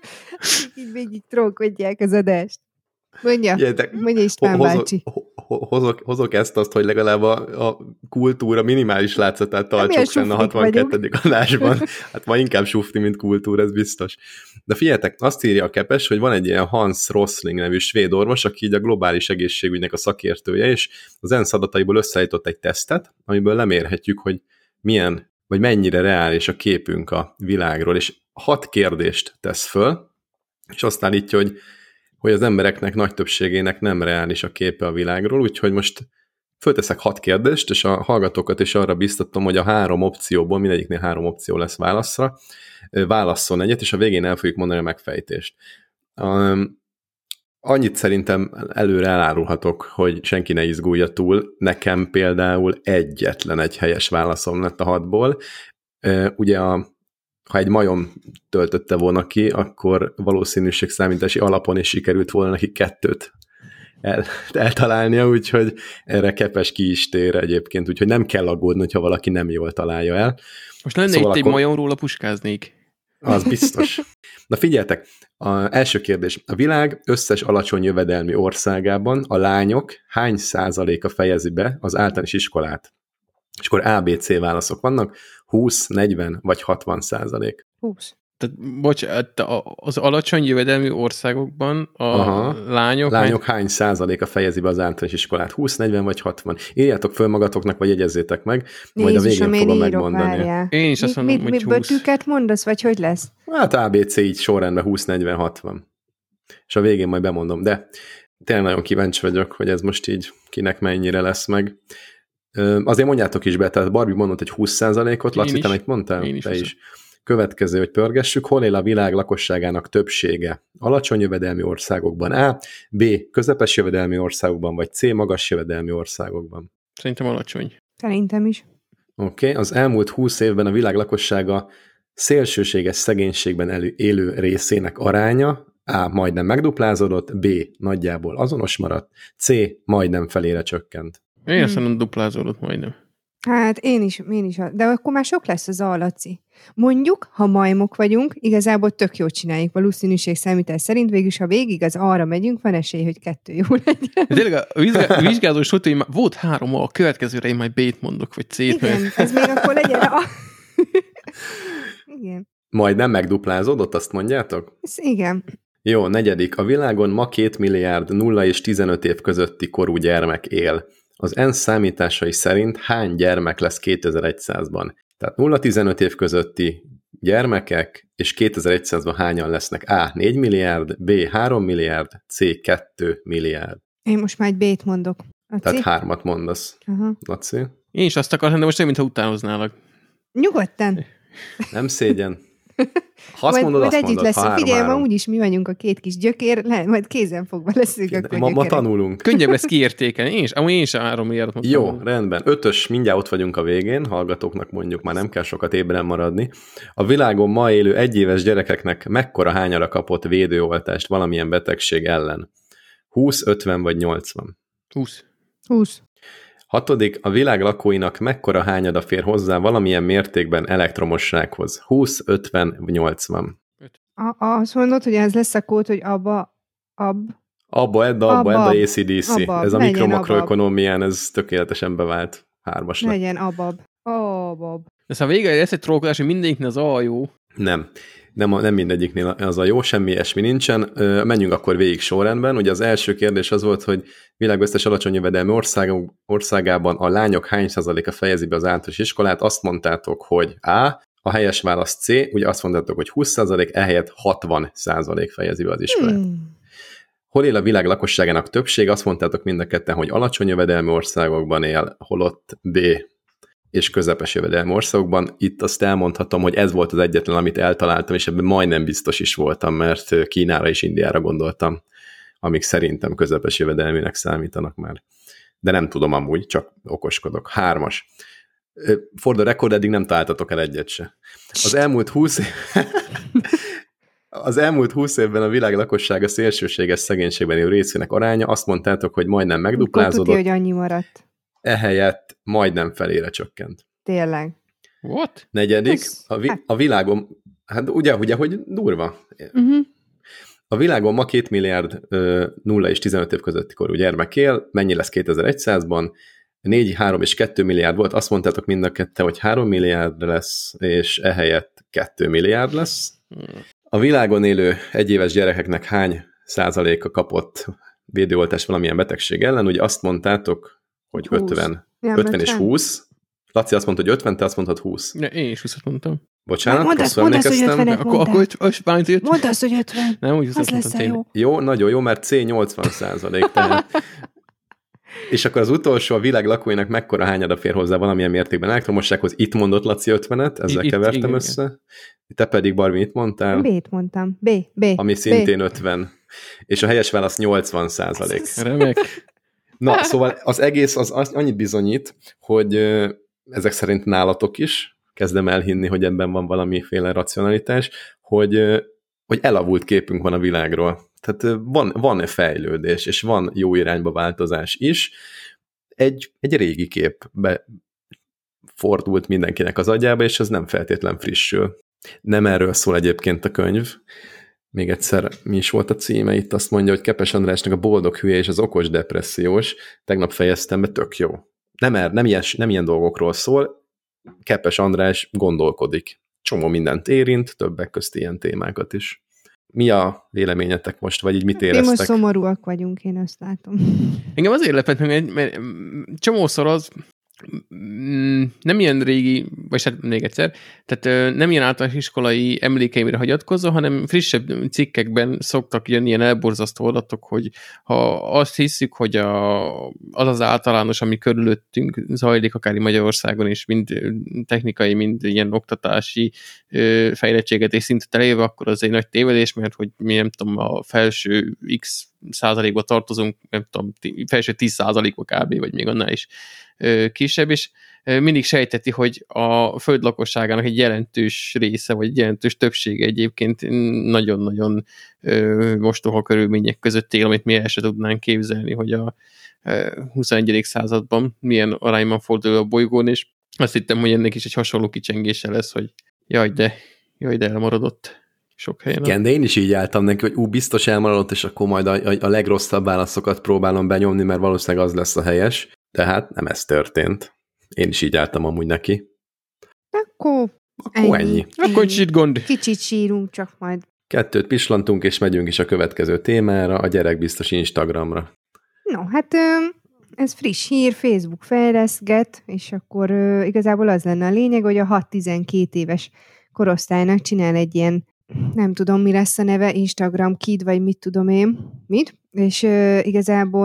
így végig trókodják az adást. Mondja, Figyeljetek, mondja István hozok, bácsi. Hozok, hozok ezt azt, hogy legalább a, a kultúra minimális látszatát tartsuk fenn a hatvankettedik adásban. Hát ma inkább sufni, mint kultúra, ez biztos. De figyeljetek, azt írja a Kepes, hogy van egy ilyen Hans Rosling nevű svéd orvos, aki így a globális egészségügynek a szakértője, és az ENSZ adataiból összeállított egy tesztet, amiből lemérhetjük, hogy milyen, vagy mennyire reális a képünk a világról, és hat kérdést tesz föl, és azt állítja, hogy hogy az embereknek nagy többségének nem reális a képe a világról, úgyhogy most fölteszek hat kérdést, és a hallgatókat is arra biztatom, hogy a három opcióból, mindegyiknél három opció lesz válaszra, válasszon egyet, és a végén el fogjuk mondani a megfejtést. Um, annyit szerintem előre elárulhatok, hogy senki ne izgulja túl. Nekem például egyetlen egy helyes válaszom lett a hatból. Uh, ugye a ha egy majom töltötte volna ki, akkor valószínűségszámítási alapon is sikerült volna neki kettőt el, eltalálnia, úgyhogy erre Kepes ki is tér egyébként, úgyhogy nem kell aggódni, ha valaki nem jól találja el. Most lenne szóval itt akkor... egy majomról, puskáznék. Az biztos. Na figyeltek, az első kérdés. A világ összes alacsony jövedelmi országában a lányok hány százaléka fejezi be az általános iskolát? És akkor á bé cé válaszok vannak, húsz, negyven vagy hatvan százalék. húsz. Tehát, bocs, az alacsony jövedelmi országokban a Aha. lányok... Lányok hány... hány százaléka fejezi be az általános iskolát? húsz, negyven vagy hatvan? Írjátok föl magatoknak, vagy jegyezzétek meg, majd a végén fogom megmondani. Várjál. Én is azt mondom, mit, hogy mit, húsz. Betűket mondasz, vagy hogy lesz? Hát á bé cé így sorrendben húsz, negyven, hatvan. És a végén majd bemondom, de tényleg nagyon kíváncsi vagyok, hogy ez most így kinek mennyire lesz meg. Azért mondjátok is be, tehát Barbie mondott egy húsz százalékot, Laci, te mit mondtál? Én is. Te is. Következő, hogy pörgessük, hol él a világ lakosságának többsége? Alacsony jövedelmi országokban A, B, közepes jövedelmi országokban, vagy C, magas jövedelmi országokban? Szerintem alacsony. Szerintem is. Oké, okay. Az elmúlt húsz évben a világ lakossága szélsőséges szegénységben elő, élő részének aránya A, majdnem megduplázódott, B, nagyjából azonos maradt, C, majdnem felére csökkent. Én hmm. azt mondom, duplázódott majdnem. Hát én is, én is. De akkor már sok lesz az A, Laci. Mondjuk, ha majmok vagyunk, igazából tök jót csináljuk valószínűség számítás szerint, végülis ha végig az arra megyünk, van esély, hogy kettő jó legyen. Tényleg a vizsgáló, vizsgáló hogy volt három A, a következőre én majd B-t mondok, vagy C-t. Igen, mert... ez még akkor legyen A. Igen. Majdnem megduplázódott, azt mondjátok? Ez igen. Jó, negyedik. A világon ma két milliárd nulla és tizenöt év közötti korú gyermek él. Az ENSZ számításai szerint hány gyermek lesz kétezer-százban? Tehát nulla-tizenöt év közötti gyermekek, és kétezer-százban hányan lesznek? A. négy milliárd, B. három milliárd, C. kettő milliárd. Én most már egy B-t mondok. Laci? Tehát hármat mondasz. Aha. Laci? Én is azt akartam, de most nem, mintha utánoználak. Nyugodtan. Nem szégyen. Ha azt majd, mondod, majd azt együtt mondod. leszünk. Figyelj, ma úgyis mi vagyunk a két kis gyökér, le, majd kézen fogva leszünk akkor ma, ma gyökerek. tanulunk. Könnyebb lesz kiértékelni. Én is, amúgy én is három milliárdot mondtam. Jó, rendben. Ötös, mindjárt ott vagyunk a végén, hallgatóknak mondjuk már nem kell sokat ébren maradni. A világon ma élő egyéves gyerekeknek mekkora hányara kapott védőoltást valamilyen betegség ellen? húsz, ötven vagy nyolcvan? húsz. húsz. Hatodik, a világ lakóinak mekkora hányada fér hozzá valamilyen mértékben elektromossághoz? húsz, ötven vagy nyolcvan? A, azt mondod, hogy ez lesz a kód, hogy abba, ab, Abba, edda, abba, Abba, edda, á cé dé cé. abba, Ez a legyen mikromakroökonomián, ez tökéletesen bevált hármasnak. legyen abab. Abab. De szóval végre lesz egy trollkodás, hogy mindenkinek az a jó. Nem. Nem, a, nem mindegyiknél az a jó, semmi ilyesmi nincsen. Ö, menjünk akkor végig sorrendben. Ugye az első kérdés az volt, hogy világ összes alacsony jövedelmi ország, országában a lányok hány százaléka fejezi be az általános iskolát. Azt mondtátok, hogy A, a helyes válasz C, ugye azt mondtátok, hogy húsz százalék, ehelyett hatvan százalék fejezi be az iskolát. Hmm. Hol él a világ lakosságának többség? Azt mondtátok mind a ketten, hogy alacsony jövedelmi országokban él, holott B, és közepes jövedelmi országokban. Itt azt elmondhatom, hogy ez volt az egyetlen, amit eltaláltam, és ebben majdnem biztos is voltam, mert Kínára és Indiára gondoltam, amik szerintem közepes jövedelmének számítanak már. De nem tudom amúgy, csak okoskodok. Hármas. For the record, eddig nem találtatok el egyet se. Az elmúlt húsz év... Az elmúlt húsz évben a világ lakossága szélsőséges szegénységben élő részének aránya, azt mondtátok, hogy majdnem megduplázódott. Akkor tudja, hogy annyi maradt. Ehelyett majdnem felére csökkent. Tényleg. What? Negyedik, Ez, a, vi- hát. a világon, hát ugye, ugye, hogy durva. Uh-huh. A világon ma két milliárd nulla és tizenöt év közötti korú gyermek él, mennyi lesz kétezer-százban? négy, három és kettő milliárd volt, azt mondtátok mind a kette, hogy három milliárd lesz, és ehelyett kettő milliárd lesz. Hmm. A világon élő egyéves gyerekeknek hány százaléka kapott védőoltást valamilyen betegség ellen? Ugye azt mondtátok, hogy ötven, ötven és húsz. Laci azt mondta, hogy ötven, te azt mondtad húsz. Ja, én is húszat mondtam. Bocsánat, mondd rosszul mondd emlékeztem. Azt, akkor akkor ötven. Mondd azt, hogy ötven. Nem, úgy az lesz a jó. Jó, nagyon jó, mert C nyolcvan százalék. Tehát... És akkor az utolsó, a világ lakóinak mekkora hányada fér hozzá valamilyen mértékben elektromossághoz? Itt mondott Laci ötvenet, ezzel itt, kevertem igen, össze. Igen. Te pedig, Barbi, mit mondtál? B-t mondtam. B, B. Ami szintén B. ötven. És a helyes válasz nyolcvan százalék. Remek. Na, szóval az egész az, az annyit bizonyít, hogy ö, ezek szerint nálatok is, kezdem elhinni, hogy ebben van valamiféle racionalitás, hogy, ö, hogy elavult képünk van a világról. Tehát van, van fejlődés, és van jó irányba változás is. Egy, egy régi kép fordult mindenkinek az agyába, és ez nem feltétlen frissül. Nem erről szól egyébként a könyv. Még egyszer, mi is volt a címe? Itt azt mondja, hogy Kepes Andrásnak a Boldog hülye és az okos depressziós. Tegnap fejeztem be, tök jó. Nem, er, nem, ilyen, nem ilyen dolgokról szól. Kepes András gondolkodik. Csomó mindent érint, többek közt ilyen témákat is. Mi a véleményetek most, vagy így mit éreztek? Mi most szomorúak vagyunk, én azt látom. Engem azért lepett meg, mert csomószor az nem ilyen régi, vagy hát még egyszer, tehát nem ilyen általános iskolai emlékeimre hagyatkozva, hanem frissebb cikkekben szoktak jönni ilyen elborzasztó adatok, hogy ha azt hiszük, hogy a, az az általános, ami körülöttünk zajlik, akár Magyarországon is, mind technikai, mind ilyen oktatási fejlettséget és szintet elérve, akkor az egy nagy tévedés, mert hogy mi nem tudom, a felső X százalékba tartozunk, nem tudom, felső tíz százalékba kb, vagy még annál is kisebb, és mindig sejteti, hogy a föld lakosságának egy jelentős része, vagy jelentős többsége egyébként nagyon-nagyon mostoha körülmények között él, amit mi el sem tudnánk képzelni, hogy a huszonegyedik században milyen arányban fordul a bolygón, és azt hittem, hogy ennek is egy hasonló kicsengése lesz, hogy jaj, de, jaj, de elmaradott sok helyen. Igen, de én is így álltam neki, hogy ú, biztos elmaradott, és akkor majd a, a, a legrosszabb válaszokat próbálom benyomni, mert valószínűleg az lesz a helyes. Tehát nem ez történt. Én is így álltam amúgy neki. Akkor, Akkor ennyi. ennyi. Akkor kicsit gond. Kicsit sírunk, csak majd. Kettőt pislantunk, és megyünk is a következő témára, a gyerekbiztos Instagramra. No, hát ez friss hír, Facebook fejleszget, és akkor igazából az lenne a lényeg, hogy a hat-tizenkét éves korosztálynak csinál egy ilyen, nem tudom, mi lesz a neve, Instagram Kid, vagy mit tudom én, mit, és igazából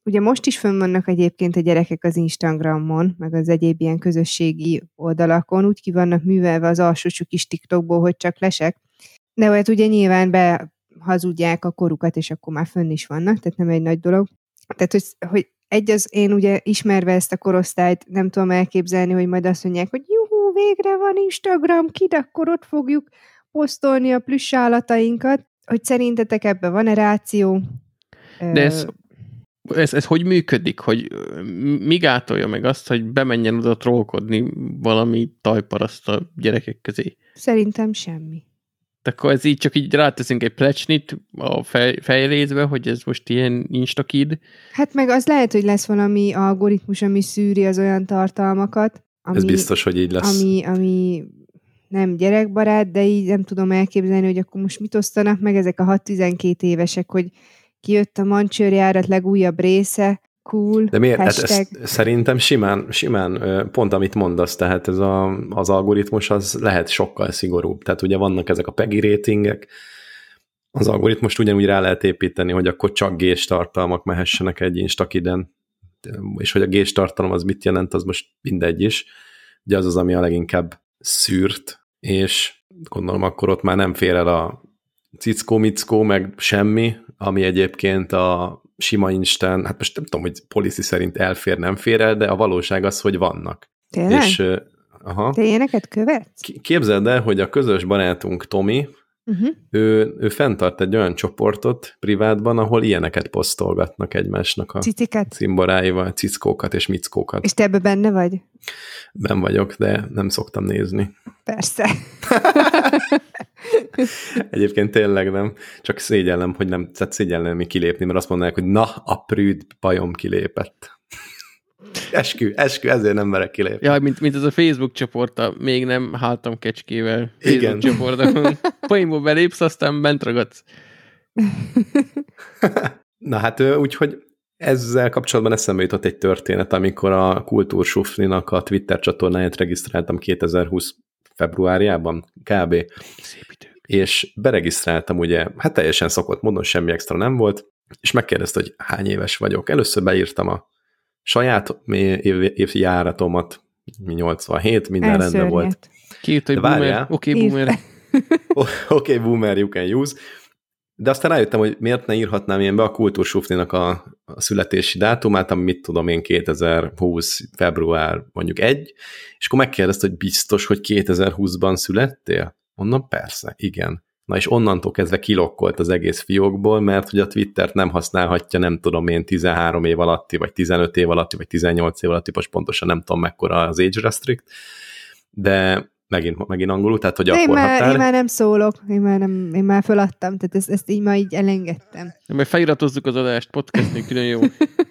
ugye most is fönn vannak egyébként a gyerekek az Instagramon, meg az egyéb ilyen közösségi oldalakon, úgy ki vannak művelve az alsócsuk is TikTokból, hogy csak lesek. De hát ugye nyilván behazudják a korukat, és akkor már fönn is vannak, tehát nem egy nagy dolog. Tehát, hogy, hogy egy az, én ugye ismerve ezt a korosztályt, nem tudom elképzelni, hogy majd azt mondják, hogy juhú, végre van Instagram, kid, akkor ott fogjuk posztolni a plüss állatainkat, hogy szerintetek ebben van-e ráció? De ez, ez, ez hogy működik? Hogy mi gátolja meg azt, hogy bemenjen oda trollkodni valami tajparaszt a gyerekek közé? Szerintem semmi. De akkor ez így csak így ráteszünk egy plecsnit a fej, fejlézbe, hogy ez most ilyen instakid. Hát meg az lehet, hogy lesz valami algoritmus, ami szűri az olyan tartalmakat. Ami, ez biztos, hogy így lesz. Ami, ami nem gyerekbarát, de így nem tudom elképzelni, hogy akkor most mit osztanak meg ezek a hat-tizenkét évesek, hogy kijött a Mancsőrjárat legújabb része, cool, de miért? Hát hashtag. ez, szerintem simán, simán pont amit mondasz, tehát ez a, az algoritmus az lehet sokkal szigorúbb. Tehát ugye vannak ezek a PEGI ratingek, az algoritmust ugyanúgy rá lehet építeni, hogy akkor csak gés tartalmak mehessenek egy Instakiden, és hogy a gés tartalom az mit jelent, az most mindegy is. Ugye az az, ami a leginkább szűrt, és gondolom akkor ott már nem fér el a cickó-mickó, meg semmi, ami egyébként a sima Instán, hát most nem tudom, hogy policy szerint elfér, nem fér el, de a valóság az, hogy vannak. Tényleg? És, aha, te ilyeneket követsz? Képzeld el, hogy a közös barátunk Tomi, uh-huh. ő, ő fenntart egy olyan csoportot privátban, ahol ilyeneket posztolgatnak egymásnak a Ciciket? cimboráival, cickókat és mickókat. És te ebbe benne vagy? Ben vagyok, de nem szoktam nézni. Persze. Egyébként tényleg nem. Csak szégyellem, hogy nem, tehát szégyellem mi kilépni, mert azt mondanák, hogy na, a prűd bajom kilépett. Eskü, eskü, ezért nem merek kilépni. Ja, mint, mint ez a Facebook csoporta, még nem háltam kecskével. Igen. Facebook csoportokon. Poénból belépsz, aztán bent ragadsz. Na hát úgyhogy ezzel kapcsolatban eszembe jutott egy történet, amikor a Kultúrsufninak a Twitter csatornáját regisztráltam kétezer-húsz februárjában, kb. És beregisztráltam ugye, hát teljesen szokott módon, semmi extra nem volt, és megkérdezte, hogy hány éves vagyok. Először beírtam a saját évjáratomat, nyolcvanhét, minden Elszörnyet. rendben volt. Kiírt, hogy boomer. Oké, okay, boomer. Oké, okay, boomer, you can use. De aztán rájöttem, hogy miért ne írhatnám én be a Kultúrsufninak a, a születési dátumát, ami mit tudom én kétezer-húsz február mondjuk egy, és akkor megkérdezte, hogy biztos, hogy kétezer-húszban születtél? Onnan persze, igen. Na és onnantól kezdve kilokkolt az egész fiókból, mert hogy a Twittert nem használhatja, nem tudom én, tizenhárom év alatti, vagy tizenöt év alatti, vagy tizennyolc év alatti, most pontosan nem tudom mekkora az age restrict, de megint, megint angolul, tehát hogy akkor akkor már, határ. Én már nem szólok, én már, nem, én már föladtam, tehát ezt, ezt így már így elengedtem. Mert feliratozzuk az adást, podcastnél külön jó.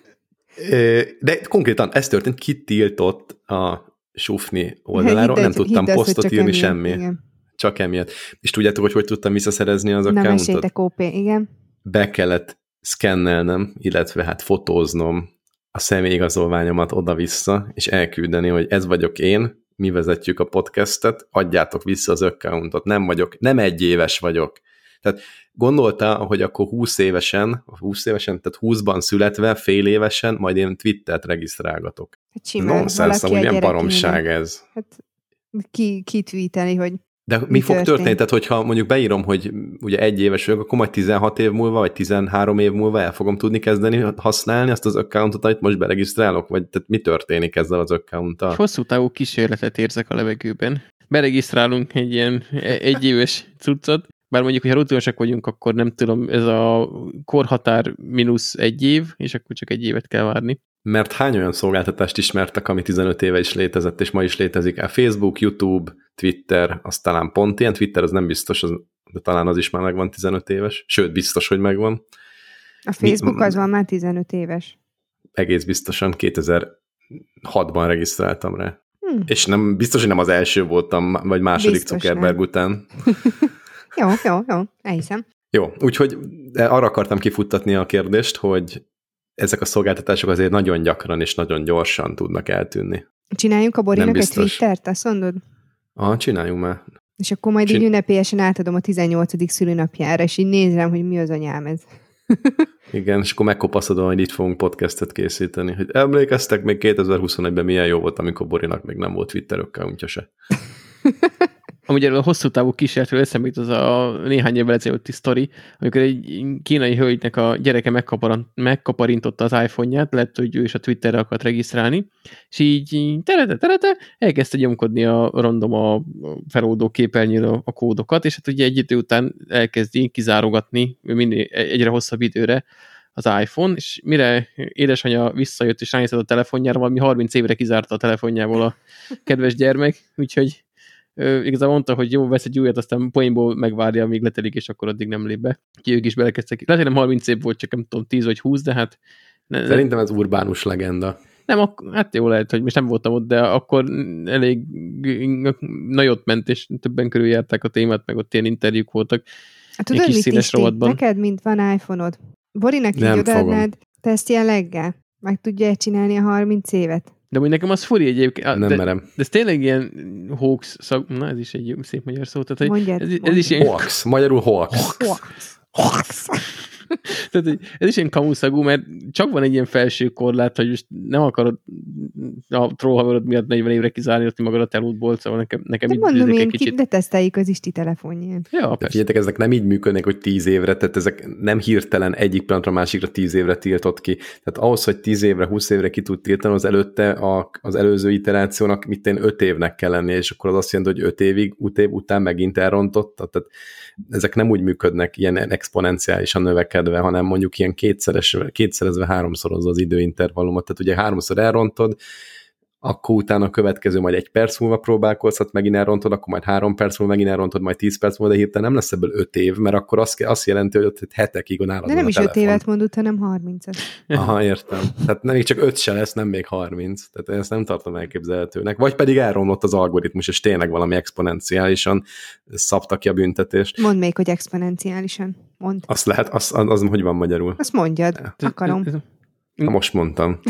De konkrétan ez történt, kitiltott a Sufni oldaláról, hidd, nem tudtam hidd posztot az, írni, emiatt, semmi. Igen. Csak emiatt. És tudjátok, hogy hogy tudtam visszaszerezni az accountot? Na, meséltek ó pé, igen. Be kellett szkennelnem, illetve hát fotóznom a személyigazolványomat oda-vissza, és elküldeni, hogy ez vagyok én, mi vezetjük a podcastet, adjátok vissza az accountot. Nem vagyok, nem egy éves vagyok. Tehát gondolta, hogy akkor húsz évesen, húsz évesen, tehát húszban születve, fél évesen, majd én Twittert regisztrálgatok. Hát simán, nonsens, hogy milyen baromság ez. Hát ki, ki tweeteli, hogy de mi, mi fog történt? történni? Tehát, hogyha mondjuk beírom, hogy ugye egy éves vagyok, akkor majd tizenhat év múlva, vagy tizenhárom év múlva el fogom tudni kezdeni használni azt az accountot, amit most beregisztrálok? Vagy tehát mi történik ezzel az accounttal? Hosszú távú kísérletet érzek a levegőben. Beregisztrálunk egy ilyen egyéves cuccot, bár mondjuk, hogyha rutinosak vagyunk, akkor nem tudom, ez a korhatár mínusz egy év, és akkor csak egy évet kell várni. Mert hány olyan szolgáltatást ismertek, ami tizenöt éve is létezett, és ma is létezik? A Facebook, YouTube, Twitter, az talán pont ilyen. Twitter az nem biztos, az, de talán az is már megvan tizenöt éves. Sőt, biztos, hogy megvan. A Facebook Mi, az van már tizenöt éves. Egész biztosan kétezer-hatban regisztráltam rá. Hmm. És nem, biztos, hogy nem az első voltam, vagy második biztos Zuckerberg nem. után. Jó, jó, jó, elhiszem. Jó, úgyhogy arra akartam kifuttatni a kérdést, hogy ezek a szolgáltatások azért nagyon gyakran és nagyon gyorsan tudnak eltűnni. Csináljunk a Borinak egy Twittert, azt mondod? Aha, csináljunk már. És akkor majd Csin... így ünnepélyesen átadom a tizennyolcadik szülőnapjára, és így nézem, hogy mi az anyám ez. Igen, és akkor megkopaszodom, hogy itt fogunk podcastet készíteni, hogy emlékeztek még kétezer-huszonegyben milyen jó volt, amikor Borinak még nem volt Twitter accountja se. Amúgy erről a hosszú távú kísérletről eszembe jut az a néhány évvel ezelőtti sztori, amikor egy kínai hölgynek a gyereke megkaparintotta az iPhone-ját, lehet, hogy ő is a Twitterre akart regisztrálni, és így terete, terete, elkezdte gyomkodni a random a feloldó képernyőn a kódokat, és hát ugye egy idő után elkezdi kizárogatni minél egyre hosszabb időre az iPhone, és mire édesanyja visszajött és ránézett a telefonjára, valami harminc évre kizárta a telefonjából a kedves gyermek, úgyhogy Ö, igazából mondta, hogy jó, vesz egy újat, aztán poénból megvárja, amíg letelik, és akkor addig nem lép be. Úgyhogy ők is belekezdtek. Lehet, hogy nem harminc év volt, csak nem tudom, tíz vagy húsz, de hát... Ne, Szerintem ez urbánus legenda. Nem, ak- hát jó lehet, hogy most nem voltam ott, de akkor elég nagyot ment, és többen körüljárták a témát, meg ott ilyen interjúk voltak. Hát tudod, mit is neked, mint van iPhone-od? Borinak így odaadnád, te ezt jelleggel meg tudja csinálni a harminc évet? De úgy nekem az furi egyébként. Nem de, merem. De ez tényleg ilyen hoax szag... Na, ez is egy szép magyar szó. Tehát, hogy mondjad, ez, mondjad. ez is ilyen... Hoax. Magyarul hoax. Hoax. Hoax. Tehát, ez is ilyen kamuszagú, mert csak van egy ilyen felső korlát, hogy most nem akarod a trollhaverod miatt negyven évre kizárni magadat elútból, szóval nekem, nekem de így mondom én, kicsit... de teszteljük az Isti telefonján. Ja, persze. Figyeljetek, ezek nem így működnek, hogy tíz évre, tehát ezek nem hirtelen egyik pillanatra másikra tíz évre tiltott ki. Tehát ahhoz, hogy tíz évre, húsz évre ki tud tiltani, az előtte a, az előző iterációnak mit én öt évnek kell lenni, és akkor az azt jelenti, hogy öt évig, öt év után megint elrontotta. Tehát ezek nem úgy működnek ilyen exponenciálisan növekedve, hanem mondjuk ilyen kétszeres, kétszerezve háromszorozza az időintervallumot. Tehát ugye háromszor elrontod, akkor utána a következő majd egy perc múlva próbálkozhat, megint elrontod, akkor majd három perc múlva megint elrontod, majd tíz perc múlva, de hirtelen nem lesz ebből öt év, mert akkor azt, azt jelenti, hogy ott hetekig on állandóan de nem a is telefon. öt évet mondott, hanem harmincat. Aha, értem. Tehát nem, még csak öt se lesz, nem még harminc. Tehát ezt nem tartom elképzelhetőnek. Vagy pedig elromlott az algoritmus, és tényleg valami exponenciálisan szabta ki a büntetést. Mondd még, hogy exponenciálisan. Mondd. Azt lehet, az, az, az hogy van magyarul? Azt mondjad, akarom. Na, most mondtam.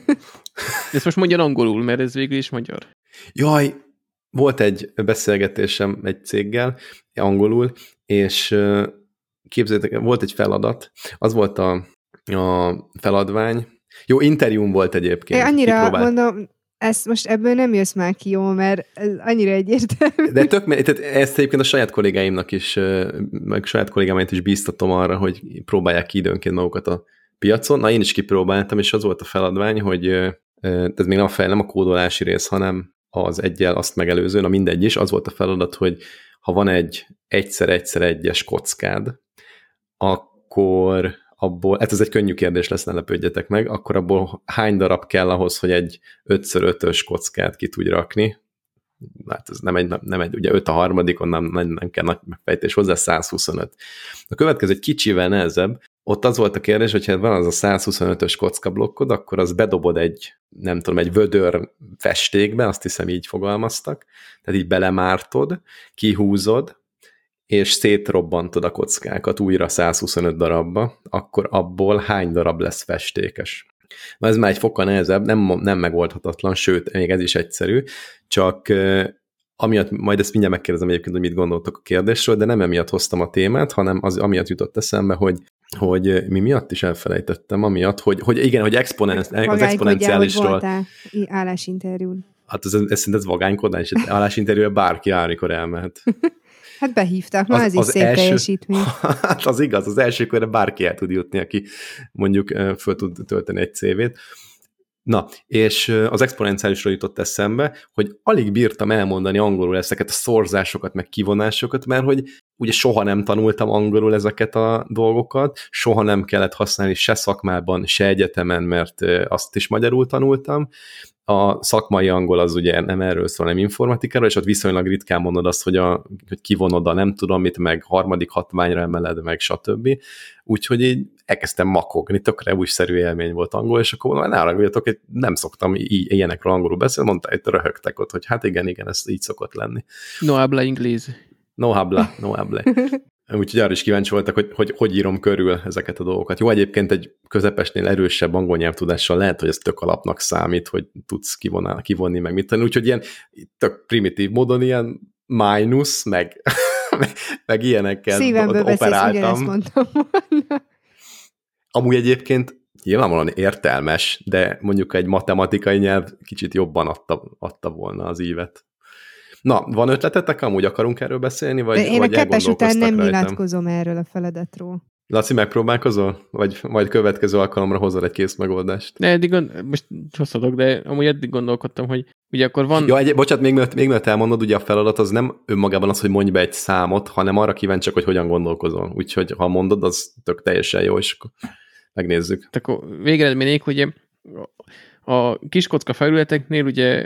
Ezt most mondja angolul, mert ez végül is magyar. Jaj, volt egy beszélgetésem egy céggel, angolul, és képzeljétek, volt egy feladat, az volt a, a feladvány. Jó, interjúm volt egyébként. Én annyira kipróbált. Mondom, ezt most ebből nem jössz már ki jó, mert ez annyira egyértelmű. De tök, tehát ezt egyébként a saját kollégáimnak is, meg saját kollégáimat is bíztatom arra, hogy próbálják ki időnként magukat a piacon. Na, én is kipróbáltam, és az volt a feladvány, hogy ez még nem a, fel, nem a kódolási rész, hanem az egyel azt megelőző, na mindegy is, az volt a feladat, hogy ha van egy egyszer-egyszer egyes kockád, akkor abból, hát ez egy könnyű kérdés lesz, ne lepődjetek meg, akkor abból hány darab kell ahhoz, hogy egy ötször ötös kockát ki tudj rakni? Hát ez nem egy, nem egy ugye öt a harmadikon, nem, nem, nem kell nagy megfejtés hozzá, száz huszonöt. A következő egy kicsivel nehezebb, ott az volt a kérdés, hogyha van az a száz huszonötös kockablokkod, akkor az bedobod egy, nem tudom, egy vödör festékbe, azt hiszem így fogalmaztak, tehát így belemártod, kihúzod, és szétrobbantod a kockákat újra száz huszonöt darabba, akkor abból hány darab lesz festékes? Na ez már egy fokkal nehezebb, nem, nem megoldhatatlan, sőt, még ez is egyszerű, csak amiatt, majd ezt mindjárt megkérdezem egyébként, hogy mit gondoltok a kérdésről, de nem emiatt hoztam a témát, hanem az amiatt jutott eszembe, hogy, hogy mi miatt is elfelejtettem, amiatt, hogy, hogy igen, hogy exponen, az exponenciálisról... Voltál állásinterjún. Hát ez, ez szinte ez vagánykodás, állásinterjúra bárki amikor elmehet. Hát behívtak, ma az, az is szép első, teljesítmény. Hát az igaz, az első körre bárki el tud jutni, aki mondjuk föl tud tölteni egy cé vét. Na, és az exponenciálisról jutott eszembe, hogy alig bírtam elmondani angolul ezeket a szorzásokat, meg kivonásokat, mert hogy ugye soha nem tanultam angolul ezeket a dolgokat, soha nem kellett használni se szakmában, se egyetemen, mert azt is magyarul tanultam. A szakmai angol az ugye nem erről szól, nem informatikáról, és ott viszonylag ritkán mondod azt, hogy, a, hogy kivonod a nem tudom mit, meg harmadik hatványra emeled, meg stb. Úgyhogy így elkezdtem makogni, tökre újszerű élmény volt angol, és akkor mondom, ne haragudjatok, hogy nem szoktam í- ilyenekről angolul beszélni, mondta, itt röhögtek ott, hogy hát igen, igen, ez így szokott lenni. No habla inglés. No habla, no habla. Úgyhogy arra is kíváncsi voltak, hogy, hogy hogy írom körül ezeket a dolgokat. Jó, egyébként egy közepesnél erősebb angol nyelvtudással lehet, hogy ez tök alapnak számít, hogy tudsz kivonál, kivonni, meg mit tenni. Úgyhogy ilyen tök primitív módon ilyen mínusz, meg, meg, meg ilyenekkel szívemből operáltam. Szívemből beszélsz, ugyanezt mondtam volna. Amúgy egyébként nyilvánvalóan értelmes, de mondjuk egy matematikai nyelv kicsit jobban adta, adta volna az ívet. Na, van ötletetek? Amúgy akarunk erről beszélni? Vagy, Én vagy a kettes után nem rajtam? nyilatkozom erről a feladatról. Laci, megpróbálkozol? Vagy majd következő alkalomra hozol egy kész megoldást? Ne, eddig gond... most hosszadok, de amúgy eddig gondolkodtam, hogy ugye akkor van... Ja, egy, bocsánat, még mielőtt, még mielőtt elmondod, ugye a feladat az nem önmagában az, hogy mondj be egy számot, hanem arra kíváncsiak, hogy hogyan gondolkozol. Úgyhogy ha mondod, az tök teljesen jó, és akkor megnézzük. Tehát akkor végeredményék, ugye a kis kocka felületeknél ugye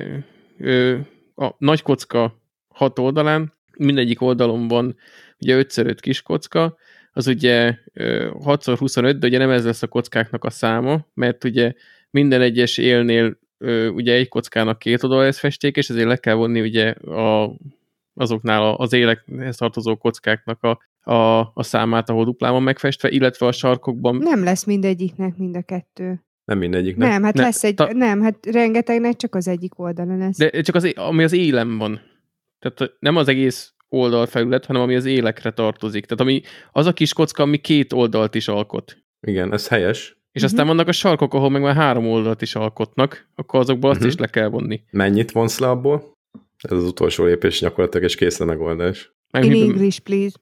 a nagy kocka hat oldalán, mindegyik oldalon van ugye ötször öt kis kocka, az ugye hatszor huszonöt, de ugye nem ez lesz a kockáknak a száma, mert ugye minden egyes élnél ugye egy kockának két oldal lesz festék, ezért le kell vonni ugye a, azoknál az élekhez tartozó kockáknak a, a, a számát, ahol duplán van megfestve, illetve a sarkokban... Nem lesz mindegyiknek mind a kettő. Nem mindegyiknek. Nem, hát ne, lesz egy... ta... Nem, hát rengetegnek csak az egyik oldala lesz. De csak az, ami az élen van. Tehát nem az egész oldalfelület, hanem ami az élekre tartozik. Tehát ami, az a kis kocka, ami két oldalt is alkot. Igen, ez helyes. És uh-huh. aztán vannak a sarkok, ahol meg már három oldalt is alkotnak, akkor azokból azt uh-huh. is le kell vonni. Mennyit vonsz le abból? Ez az utolsó lépés gyakorlatilag, és kész a megoldás. In English, please.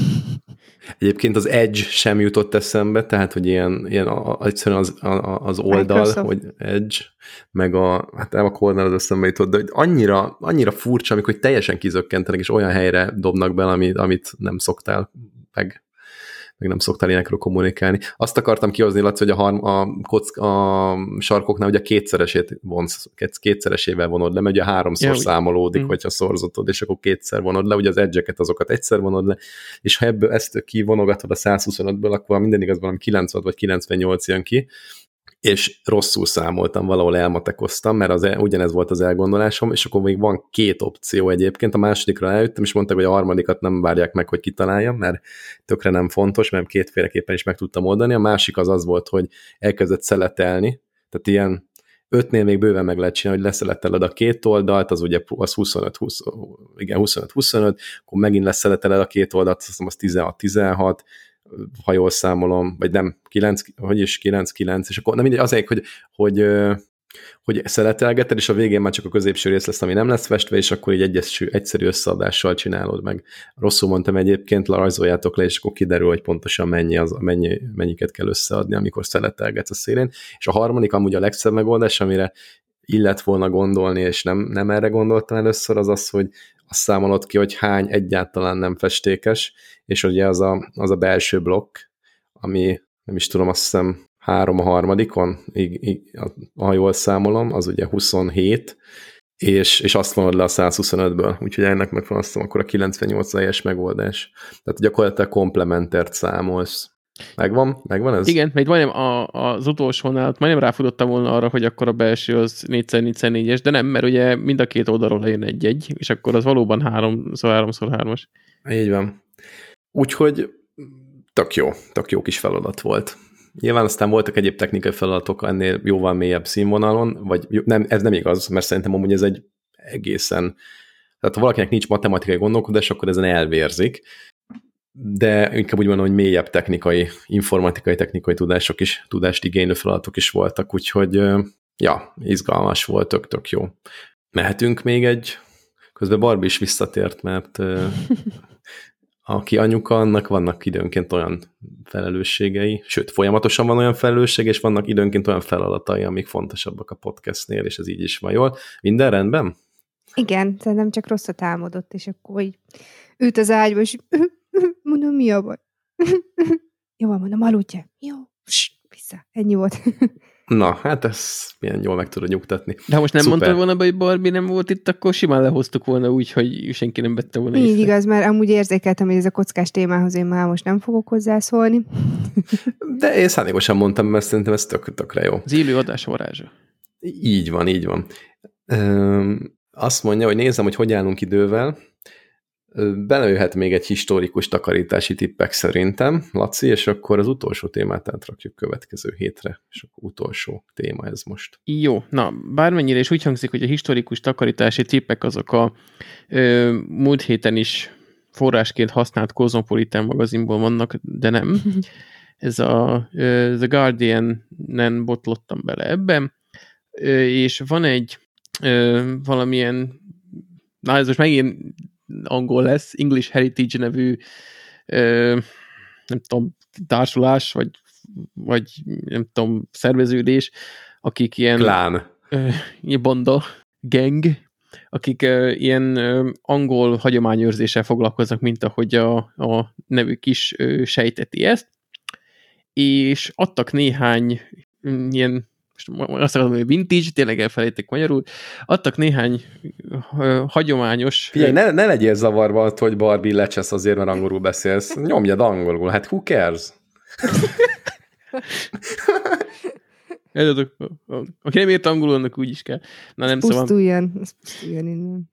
Egyébként az Edge sem jutott eszembe, tehát, hogy ilyen, ilyen a, egyszerűen az, a, az oldal, Microsoft. Hogy Edge, meg a, hát nem a corner az eszembe jutott, de annyira, annyira furcsa, amikor hogy teljesen kizökkentenek, és olyan helyre dobnak be, amit, amit nem szoktál meg, meg nem szoktál ilyenekről kommunikálni. Azt akartam kihozni, Laci, hogy a, harm, a, kock, a sarkoknál ugye kétszeresét vonsz, kétszeresével vonod le, mert ugye háromszor ja, számolódik, mm. hogyha szorzotod, és akkor kétszer vonod le, ugye az edge-eket azokat egyszer vonod le, és ha ebből ezt kivonogatod a száz huszonötből, akkor minden igaz valami kilencven vagy kilencvennyolc jön ki, és rosszul számoltam, valahol elmatekoztam, mert az, ugyanez volt az elgondolásom, és akkor még van két opció egyébként, a másodikra eljöttem, és mondták, hogy a harmadikat nem várják meg, hogy kitaláljam, mert tökre nem fontos, mert kétféleképpen is meg tudtam oldani. A másik az az volt, hogy elkezdett szeletelni, tehát ilyen ötnél még bőven meg lehet csinálni, hogy leszeleteled a két oldalt, az ugye az huszonöt húsz, igen, huszonöt huszonöt, akkor megint leszeleteled a két oldalt, azt hiszem az tizenhat tizenhat, ha jól számolom, vagy nem, kilenc, hogy is kilenc kilenc, és akkor nem mindegy, azért, hogy, hogy, hogy szeletelgeted, és a végén már csak a középső rész lesz, ami nem lesz festve, és akkor így egyes, egyszerű összeadással csinálod meg. Rosszul mondtam egyébként, rajzoljátok le, és akkor kiderül, hogy pontosan mennyi az, mennyi, mennyiket kell összeadni, amikor szeletelgetsz a szélén. És a harmadik amúgy a legszebb megoldás, amire illet volna gondolni, és nem, nem erre gondoltam először, az az, hogy azt számolod ki, hogy hány egyáltalán nem festékes, és ugye az a, az a belső blokk, ami nem is tudom, azt hiszem három a harmadikon, így, így, ha jól számolom, az ugye huszonhét, és, és azt vonod le a száz huszonötből, úgyhogy ennek meg van azt hiszem, akkor a kilencvennyolc helyes megoldás. Tehát gyakorlatilag komplementert számolsz. Megvan? Megvan ez? Igen, mert majdnem a, az utolsónál majdnem ráfutottam volna arra, hogy akkor a belső az négy négy négyes, de nem, mert ugye mind a két oldalról lejön egy-egy, és akkor az valóban háromszor háromszor hármas. Így van. Úgyhogy tök jó, tök jó kis feladat volt. Nyilván aztán voltak egyéb technikai feladatok ennél jóval mélyebb színvonalon, vagy nem, ez nem igaz, mert szerintem amúgy ez egy egészen, tehát ha valakinek nincs matematikai gondolkodás, akkor ezen elvérzik, de inkább úgy mondom, hogy mélyebb technikai, informatikai technikai tudások is, tudást igénylő feladatok is voltak, úgyhogy ja, izgalmas volt, tök, tök jó. Mehetünk még egy, közben Barbie is visszatért, mert aki anyuka, annak vannak időnként olyan felelősségei, sőt, folyamatosan van olyan felelősség, és vannak időnként olyan feladatai, amik fontosabbak a podcastnél, és ez így is van jól. Minden rendben? Igen, szerintem csak rosszat álmodott, és akkor így ült az ágyba, és mondom, mi a baj? Jó, mondom, aludjál. Jó, vissza. Ennyi volt. Na, hát ez milyen jól meg tudod nyugtatni. De ha most nem Szuper. Mondtad volna be, hogy Barbie nem volt itt, akkor simán lehoztuk volna úgy, hogy senki nem vette volna észre. Így igaz, mert amúgy érzékeltem, hogy ez a kockás témához én már most nem fogok hozzászólni. De én szándékosan mondtam, mert szerintem ez tök, tökre jó. Az élő adás varázsa. Így van, így van. Üm, azt mondja, hogy nézem, hogy hogy állunk idővel. Belőhet még egy historikus takarítási tippek szerintem, Laci, és akkor az utolsó témát átrakjuk következő hétre, és akkor utolsó téma ez most. Jó, na, bármennyire is úgy hangzik, hogy a historikus takarítási tippek azok a ö, múlt héten is forrásként használt Cosmopolitan magazinból vannak, de nem. ez a uh, The Guardian-nen botlottam bele ebben, uh, és van egy uh, valamilyen, na ez most megint angol lesz, English Heritage nevű uh, nem tudom, társulás, vagy, vagy nem tudom, szerveződés, akik ilyen Klán. Uh, banda, gang, akik uh, ilyen uh, angol hagyományőrzéssel foglalkoznak, mint ahogy a, a nevük is uh, sejteti ezt, és adtak néhány um, ilyen, most azt akarom, hogy vintage, tényleg elfelejtek magyarul, adtak néhány uh, hagyományos... Figyelj, ne, ne legyél zavarba attól, hogy Barbie lecsesz azért, mert angolul beszélsz. Nyomjad angolul, hát who cares? Aki nem ért angolul, annak úgy is kell. Na nem, szóval... Pusztuljon, pusztuljon innen.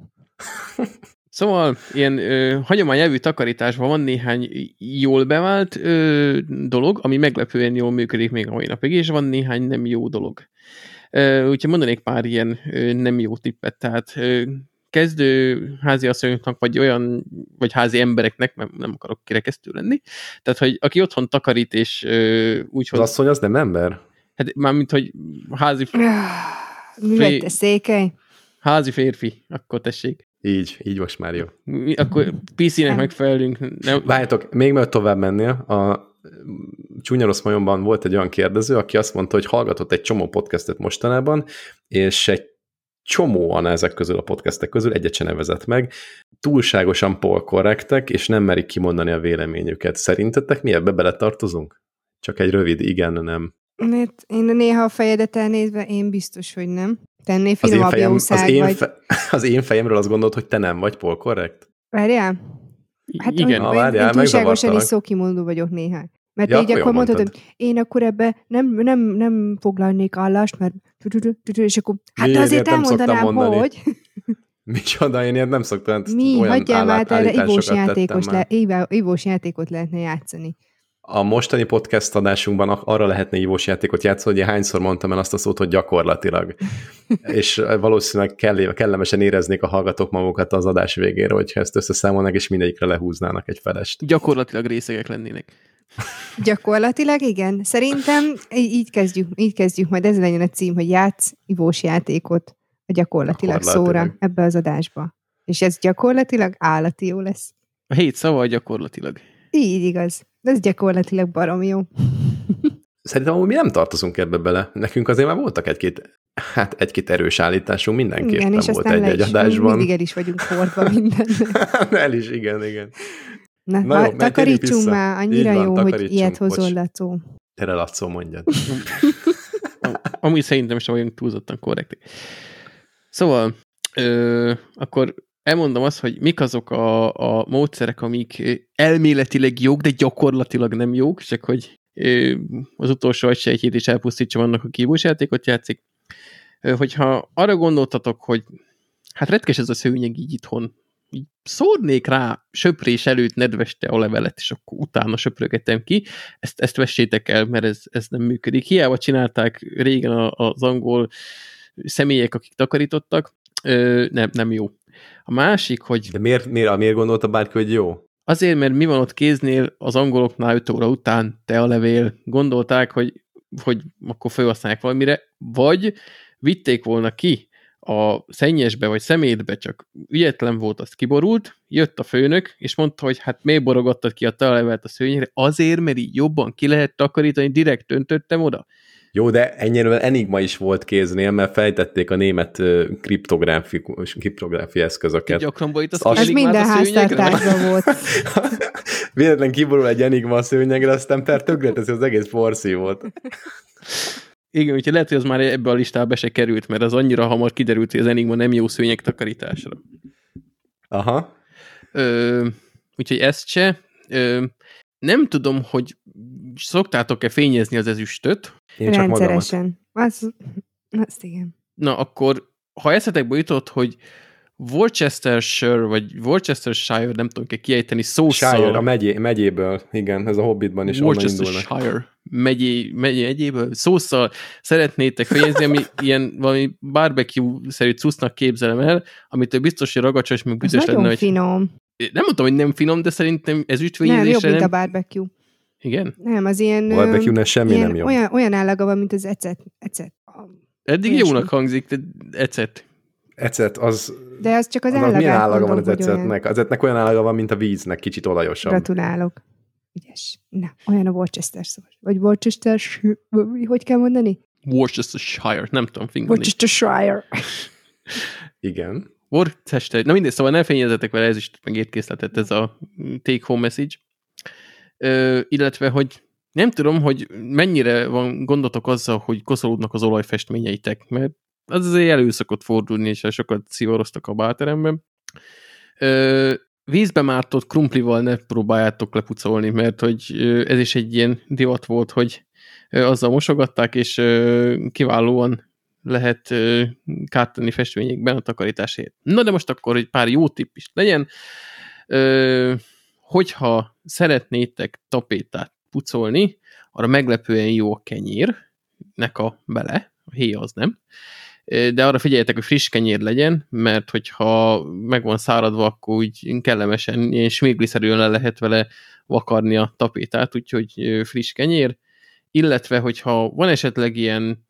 Szóval ilyen ö, hagyományelvű takarításban van néhány jól bevált ö, dolog, ami meglepően jól működik még a mai napig, és van néhány nem jó dolog. Ö, úgyhogy mondanék pár ilyen ö, nem jó tippet. Tehát ö, kezdő háziasszonyoknak, vagy olyan, vagy házi embereknek, mert nem akarok kirekesztő lenni, tehát, hogy aki otthon takarít, és ö, úgy... Az asszony az nem ember? Hát mármint, hogy házi... Mi lett te székely? Házi férfi, akkor tessék. Így, így most már jó. Akkor pé cének megfelelünk. Nem... Várjátok, még mielőtt tovább mennél, a Csúnya Rossz Majomban volt egy olyan kérdező, aki azt mondta, hogy hallgatott egy csomó podcastet mostanában, és egy csomóan ezek közül a podcastek közül egyet se nevezett meg, túlságosan polkorrektek, és nem merik kimondani a véleményüket. Szerintetek mi ebbe beletartozunk? Csak egy rövid igen, nem. Hát én néha a fejedet elnézve, én biztos, hogy nem. Te ennél finomabb jószág az én, vagy. fe, az én fejemről azt gondolod, hogy te nem vagy polkorrekt? Várjál? Hát igen. Ha, várjál, én túlságosan is szókimondó vagyok néha. Mert ja, így akkor mondhatod, hogy én akkor ebbe nem, nem, nem foglalnék állást, mert és akkor, hát mi, azért elmondanám, hogy... Micsoda, én ilyet nem szoktam. Mi, hagyjál már, erre ivós, játékos le, ivós játékot lehetne játszani. A mostani podcast adásunkban arra lehetne ivós játékot játszani, hogy hányszor mondtam el azt a szót, hogy gyakorlatilag. És valószínűleg kell, kellemesen éreznék a hallgatók magukat az adás végére, hogyha ezt összeszámolnak, és mindegyikre lehúznának egy felest. Gyakorlatilag részegek lennének. Gyakorlatilag igen. Szerintem így kezdjük, így kezdjük majd, ez legyen a cím, hogy játsz ivós játékot a gyakorlatilag, gyakorlatilag szóra ebbe az adásba. És ez gyakorlatilag állati jó lesz. A hét szava a gyakorlatilag. Így igaz. De ez gyakorlatilag barom jó. Szerintem amúgy mi nem tartozunk ebbe bele. Nekünk azért már voltak egy-két, hát egy-két erős állításunk mindenképpen. Igen, és volt egy-egy adásban. Mindig el is vagyunk hordva mindennek. El is, igen, igen. Na, Na jó, takarítsunk már, annyira van, jó, hogy ilyet hozol, Lacó. Tere, Lacó, mondjad. Amúgy szerintem sem vagyunk túlzottan korrektek. Szóval, ö, akkor elmondom azt, hogy mik azok a, a módszerek, amik elméletileg jók, de gyakorlatilag nem jók, csak hogy ö, az utolsó agysejtjét is elpusztítsam annak, aki ivós játékot játszik. Ö, hogyha arra gondoltatok, hogy hát retkes ez a szőnyeg így itthon, így szórnék rá söprés előtt nedves tealevelet, és akkor utána söprögetem ki. Ezt, ezt vessétek el, mert ez, ez nem működik. Hiába csinálták régen az angol személyek, akik takarítottak, ö, nem, nem jó. A másik, hogy... De miért, miért, miért gondolta bárki, hogy jó? Azért, mert mi van ott kéznél az angoloknál öt óra után tealevél. Gondolták, hogy, hogy akkor felhasználják valamire, vagy vitték volna ki a szennyesbe vagy szemétbe, csak ügyetlen volt, azt kiborult, jött a főnök, és mondta, hogy hát miért borogattad ki a tealevelt a szőnyegre? Azért, mert így jobban ki lehet takarítani, direkt öntöttem oda. Jó, de ennyire Enigma is volt kéznél, mert fejtették a német uh, kriptográfi, kriptográfi eszközöket. Gyakran volt az, az Ez minden háztartásban volt. Véletlen kiborul egy Enigma a szőnyegre, aztán per tönkreteszi az egész porszívót. Igen, úgyhogy lehet, hogy az már ebbe a listába se került, mert az annyira hamar kiderült, hogy az Enigma nem jó szőnyeg takarításra. Aha. Ö, úgyhogy ezt se. Ö, nem tudom, hogy szoktátok-e fényezni az ezüstöt? Én csak rendszeresen. Az, azt igen. Na, akkor ha eszetekbe jutott, hogy Worcestershire, vagy Worcestershire, nem tudom kell kiejteni, szószal... Shire, a megyé, megyéből, igen, ez a Hobbitban is onnan indulnak. Worcestershire, megyé, megyé, megyéből, szószal szeretnétek fejezni, ami ilyen valami barbecue-szerű cuccnak képzelem el, amitől biztos, hogy ragacsos, meg büszös lenne, nagyon hogy... finom. Nem mondtam, hogy nem finom, de szerintem ez ügyfényezésre nem... Nem, jobb, nem... mint a barbecue. Igen? Nem, az ilyen... Barbecue-nál semmi ilyen, nem jobb. Olyan, olyan állaga van, mint az ecet. ecet. Eddig Ilyesmi. jónak hangzik, de ecet. Ecet, az... De az csak az, az állagát milyen állaga mondom, van az hogy ecetnek? olyan. Az ecetnek olyan állaga van, mint a víznek, kicsit olajosabb. Gratulálok. Ügyes. Na, olyan a Worcester szó. Vagy Worcester... Hogy kell mondani? Worcestershire, nem tudom fingani. Worcestershire. Igen. Worcester, na mindegy, szóval ne fényezetek vele, ez is meg étkészletet, ez a take home message. Ö, illetve, hogy nem tudom, hogy mennyire van gondotok azzal, hogy koszolódnak az olajfestményeitek, mert az azért elő szokott fordulni, és sokat szivaroztak a bálteremben. Ö, vízbe mártott krumplival ne próbáljátok lepucolni, mert hogy ez is egy ilyen divat volt, hogy azzal mosogatták, és kiválóan lehet kárt tenni festményekben a takarításért. Na de most akkor egy pár jó tipp is legyen. Hogyha szeretnétek tapétát pucolni, arra meglepően jó a kenyérnek a bele, a héja az nem, de arra figyeljetek, hogy friss kenyér legyen, mert hogyha meg van száradva, akkor úgy kellemesen, ilyen smirgliszerűen le lehet vele vakarni a tapétát, úgyhogy friss kenyér, illetve hogyha van esetleg ilyen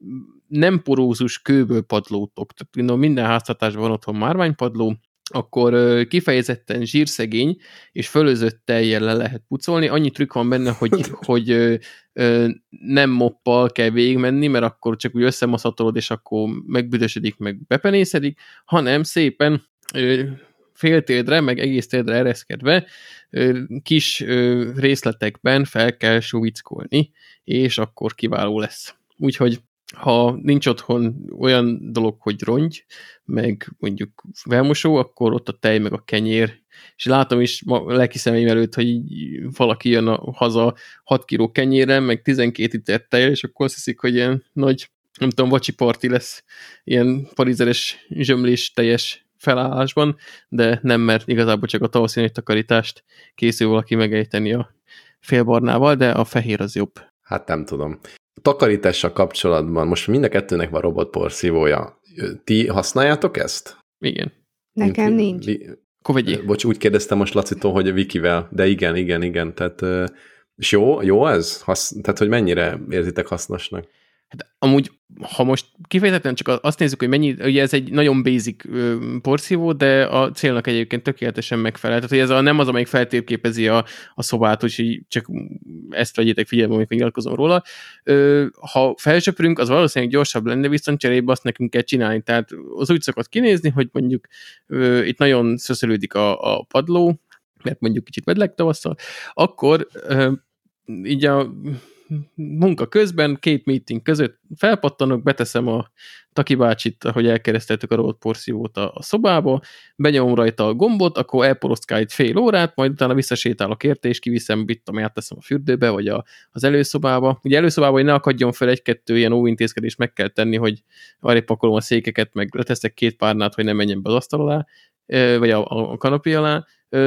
nem porózus kőből padlótok, tehát minden háztartásban van otthon márványpadló, akkor kifejezetten zsírszegény és fölözött tejjel le lehet pucolni. Annyi trükk van benne, hogy, hogy ö, ö, nem moppal kell végigmenni, mert akkor csak úgy összemaszatolod, és akkor megbüdösödik, meg bepenészedik, hanem szépen ö, fél térdre, meg egész térdre ereszkedve ö, kis ö, részletekben fel kell suvickolni, és akkor kiváló lesz. Úgyhogy ha nincs otthon olyan dolog, hogy rongy, meg mondjuk felmosó, akkor ott a tej, meg a kenyér. És látom is ma lelki szemeim előtt, hogy valaki jön a, haza hat kiló kenyérrel, meg tizenkét liter tejjel, és akkor azt hiszik, hogy ilyen nagy, nem tudom, vacsi parti lesz, ilyen parizeres, zsömlés teljes felállásban, de nem, mert igazából csak a tavaszi nagy takarítást készül valaki megejteni a félbarnával, de a fehér az jobb. Hát nem tudom. Takarítással kapcsolatban most mind a kettőnek van robotporszívója. Ti használjátok ezt? Igen. Nekem Én, nincs. Li, Kovegyi. Bocs, úgy kérdeztem most Lacitól, hogy a Wikivel, de igen, igen, igen. Tehát, és jó, jó ez? Hasz, tehát, hogy mennyire érzitek hasznosnak? Hát amúgy, ha most kifejezetten csak azt nézzük, hogy mennyi, ugye ez egy nagyon basic ö, porszívó, de a célnak egyébként tökéletesen megfelel. Tehát, hogy ez a, nem az, amelyik feltérképezi a, a szobát, hogy csak ezt vegyétek figyelembe, amikor nyilatkozom róla. Ö, ha felsöprünk, az valószínűleg gyorsabb lenne, viszont cserébe azt nekünk kell csinálni. Tehát az úgy szokott kinézni, hogy mondjuk ö, itt nagyon szöszölődik a, a padló, mert mondjuk kicsit vedlek tavasszal, akkor ö, így a munka közben, két meeting között felpattanok, beteszem a Taki bácsit, ahogy elkereszteltük a robotporszívót a, a szobába, benyomom rajta a gombot, akkor elporoszkál egy fél órát, majd utána visszasétálok érte, és kiviszem, bittam, átteszem a fürdőbe, vagy a, az előszobába. Ugye előszobába, hogy ne akadjon fel egy-kettő ilyen óvintézkedést meg kell tenni, hogy arra pakolom a székeket, meg leteszek két párnát, hogy ne menjen be az asztal alá, vagy a, a kanapé alá,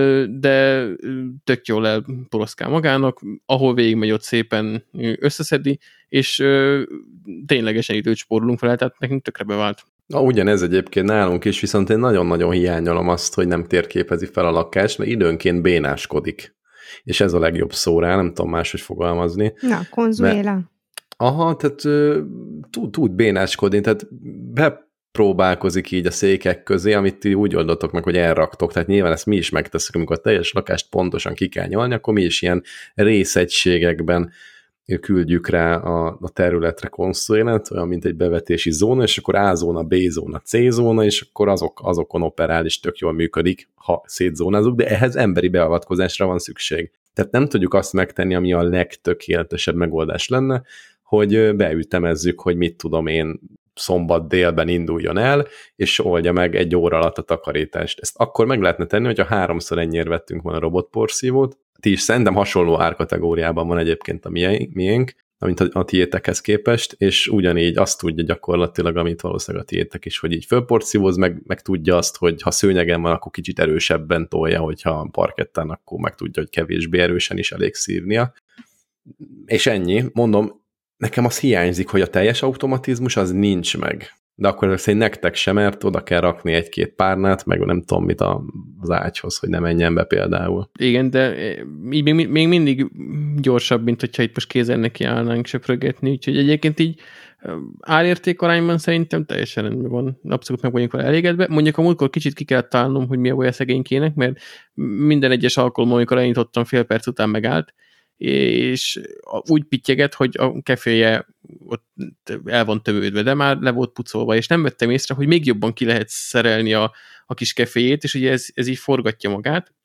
de tök jól elporoszkál magának, ahol végigmegy, ott szépen összeszedi, és ténylegesen időt spórolunk vele, tehát nekünk tökre bevált. Na, ugyanez egyébként nálunk is, viszont én nagyon-nagyon hiányolom azt, hogy nem térképezi fel a lakást, mert időnként bénáskodik. És ez a legjobb szó rá, nem tudom máshogy fogalmazni. Na, konzuéla. Aha, tehát tud, tud bénáskodni, tehát be próbálkozik így a székek közé, amit ti úgy oldotok meg, hogy elraktok. Tehát nyilván ezt mi is megtesszük, amikor a teljes lakást pontosan ki kell nyalni, akkor mi is ilyen részegységekben küldjük rá a, a területre konszolát, olyan, mint egy bevetési zóna, és akkor A zóna, B zóna, C zóna, és akkor azok, azokon operál, és tök jól működik, ha szétzónázunk, de ehhez emberi beavatkozásra van szükség. Tehát nem tudjuk azt megtenni, ami a legtökéletesebb megoldás lenne, hogy beütemezzük, hogy mit tudom én, szombat délben induljon el, és oldja meg egy óra alatt a takarítást. Ezt akkor meg lehetne tenni, hogyha háromszor ennyire vettünk volna a robotporszívót. Ti is szerintem hasonló árkategóriában van egyébként a miénk, mint a tiétekhez képest, és ugyanígy azt tudja gyakorlatilag, amit valószínűleg a tiétek is, hogy így fölporszívóz, meg, meg tudja azt, hogy ha szőnyegen van, akkor kicsit erősebben tolja, hogyha parkettán, akkor meg tudja, hogy kevésbé erősen is elég szívnia. És ennyi. Mondom, nekem az hiányzik, hogy a teljes automatizmus az nincs meg. De akkor szerint nektek sem, mert oda kell rakni egy-két párnát, meg nem tudom mit az ágyhoz, hogy ne menjen be például. Igen, de így még, még mindig gyorsabb, mint hogyha itt most kézen neki állnánk söprögetni, úgyhogy egyébként így árérték arányban szerintem teljesen rendben van. Abszolút meg vagyunk vele elégedve. Mondjuk a múltkor kicsit ki kellett találnom, hogy mi a baj a szegénykének, mert minden egyes alkalommal, amikor elindítottam, fél perc után megállt, és úgy pittyeget, hogy a keféje ott el van tövődve, de már le volt pucolva, és nem vettem észre, hogy még jobban ki lehet szerelni a, a kis keféjét, és ugye ez, ez így forgatja magát,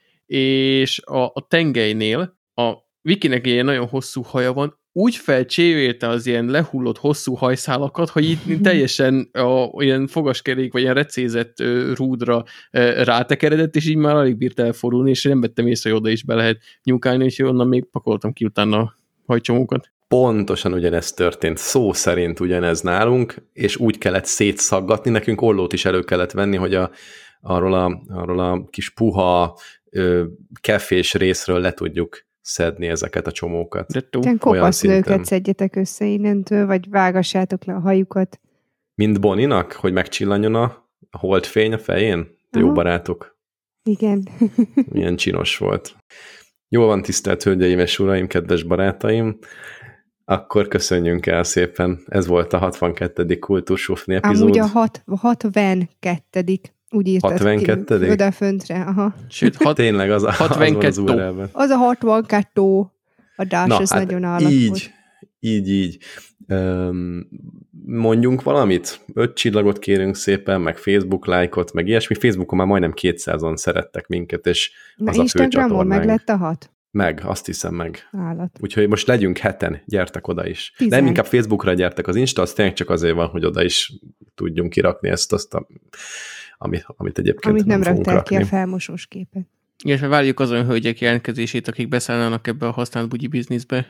és a, a tengelynél a Vikinek ilyen nagyon hosszú haja van, úgy felcsévélte az ilyen lehullott hosszú hajszálakat, hogy itt teljesen a, ilyen fogaskerék, vagy ilyen recézett ö, rúdra ö, rátekeredett, és így már alig bírt elforulni, és nem vettem észre, hogy oda is be lehet nyúkálni, és onnan még pakoltam ki utána a hajcsomókat. Pontosan ugyanezt történt, szó szerint ugyanez nálunk, és úgy kellett szétszaggatni, nekünk ollót is elő kellett venni, hogy a, arról, a, arról a kis puha ö, kefés részről le tudjuk szedni ezeket a csomókat. Ilyen kopasz nőket szedjetek össze innentől, vagy vágassátok le a hajukat. Mint Boninak, hogy megcsillanjon a holdfény a fején? Aha. Jó barátok. Igen. Milyen csinos volt. Jól van, tisztelt hölgyeim és uraim, kedves barátaim, akkor köszönjünk el szépen. Ez volt a hatvankettedik Kultúrsufni epizód. Amúgy a hat, hatvennegyedik Úgy írtad hatvankettedik ki odaföntre. Aha. Sőt, hat, tényleg az, a, hatvankettő. Az, az, az a hatvankettő. A dás, Na, az hát nagyon állatos. Így, így, így. Um, mondjunk valamit? Öt csillagot kérünk szépen, meg Facebook lájkot, meg ilyesmi. Facebookon már majdnem kétszázan szerettek minket, és Na, az a fő Instagramon meg lett a hat? Meg, azt hiszem meg. Állat. Úgyhogy most legyünk heten, gyertek oda is. Tizen. Nem inkább Facebookra gyertek, az Insta, az tényleg csak azért van, hogy oda is tudjunk kirakni ezt, azt, a, amit, amit egyébként amit nem, nem raktál ki rakni. a felmosós képet. Igen, és várjuk azon hölgyek jelentkezését, akik beszállnának ebbe a használt bugyi bizniszbe.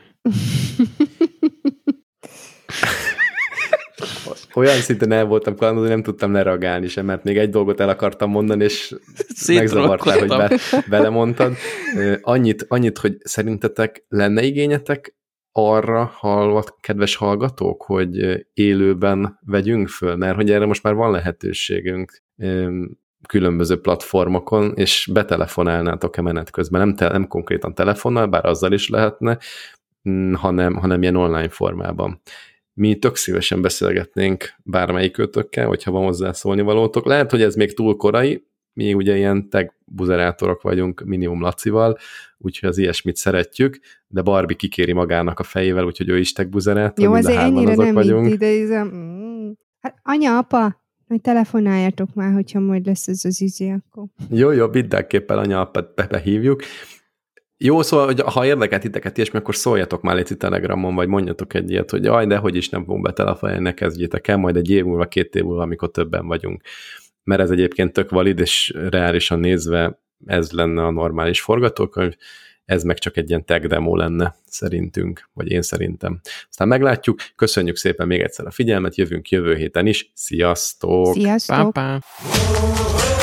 Olyan szinten el voltam kalandozó, hogy nem tudtam lereagálni sem, mert még egy dolgot el akartam mondani, és megzavartál, hogy be, belemondtad. Annyit, annyit, hogy szerintetek lenne igényetek arra, hallgat, kedves hallgatók, hogy élőben vegyünk föl, mert hogy erre most már van lehetőségünk különböző platformokon, és betelefonálnátok-e menet közben, nem, te, nem konkrétan telefonnal, bár azzal is lehetne, hanem, hanem ilyen online formában. Mi tök szívesen beszélgetnénk bármelyikőtökkel, hogyha van hozzászólni valótok. Lehet, hogy ez még túl korai, mi ugye ilyen tech buzerátorok vagyunk minimum Lacival, úgyhogy az ilyesmit szeretjük, de Barbie kikéri magának a fejével, úgyhogy ő is tech buzerátor. Jó, azért ennyire nem így, de ez a... Hát anya, apa, majd telefonáljátok már, hogyha majd lesz ez az izé, akkor. Jó, jó, mindenképpen anya, apát behívjuk. Jó, szóval, hogy ha érdekelt titeket ilyesmi, akkor szóljatok már léci Telegramon, vagy mondjatok egy ilyet, hogy jaj, de hogy is nem fogunk betelefonálni, ne kezdjétek el, majd egy év múlva, két év múlva, amikor többen vagyunk. Mert ez egyébként tök valid, és reálisan nézve ez lenne a normális forgatókönyv, ez meg csak egy ilyen tech demo lenne szerintünk, vagy én szerintem. Aztán meglátjuk, köszönjük szépen még egyszer a figyelmet, jövünk jövő héten is, sziasztok! Sziasztok! Pá, pá.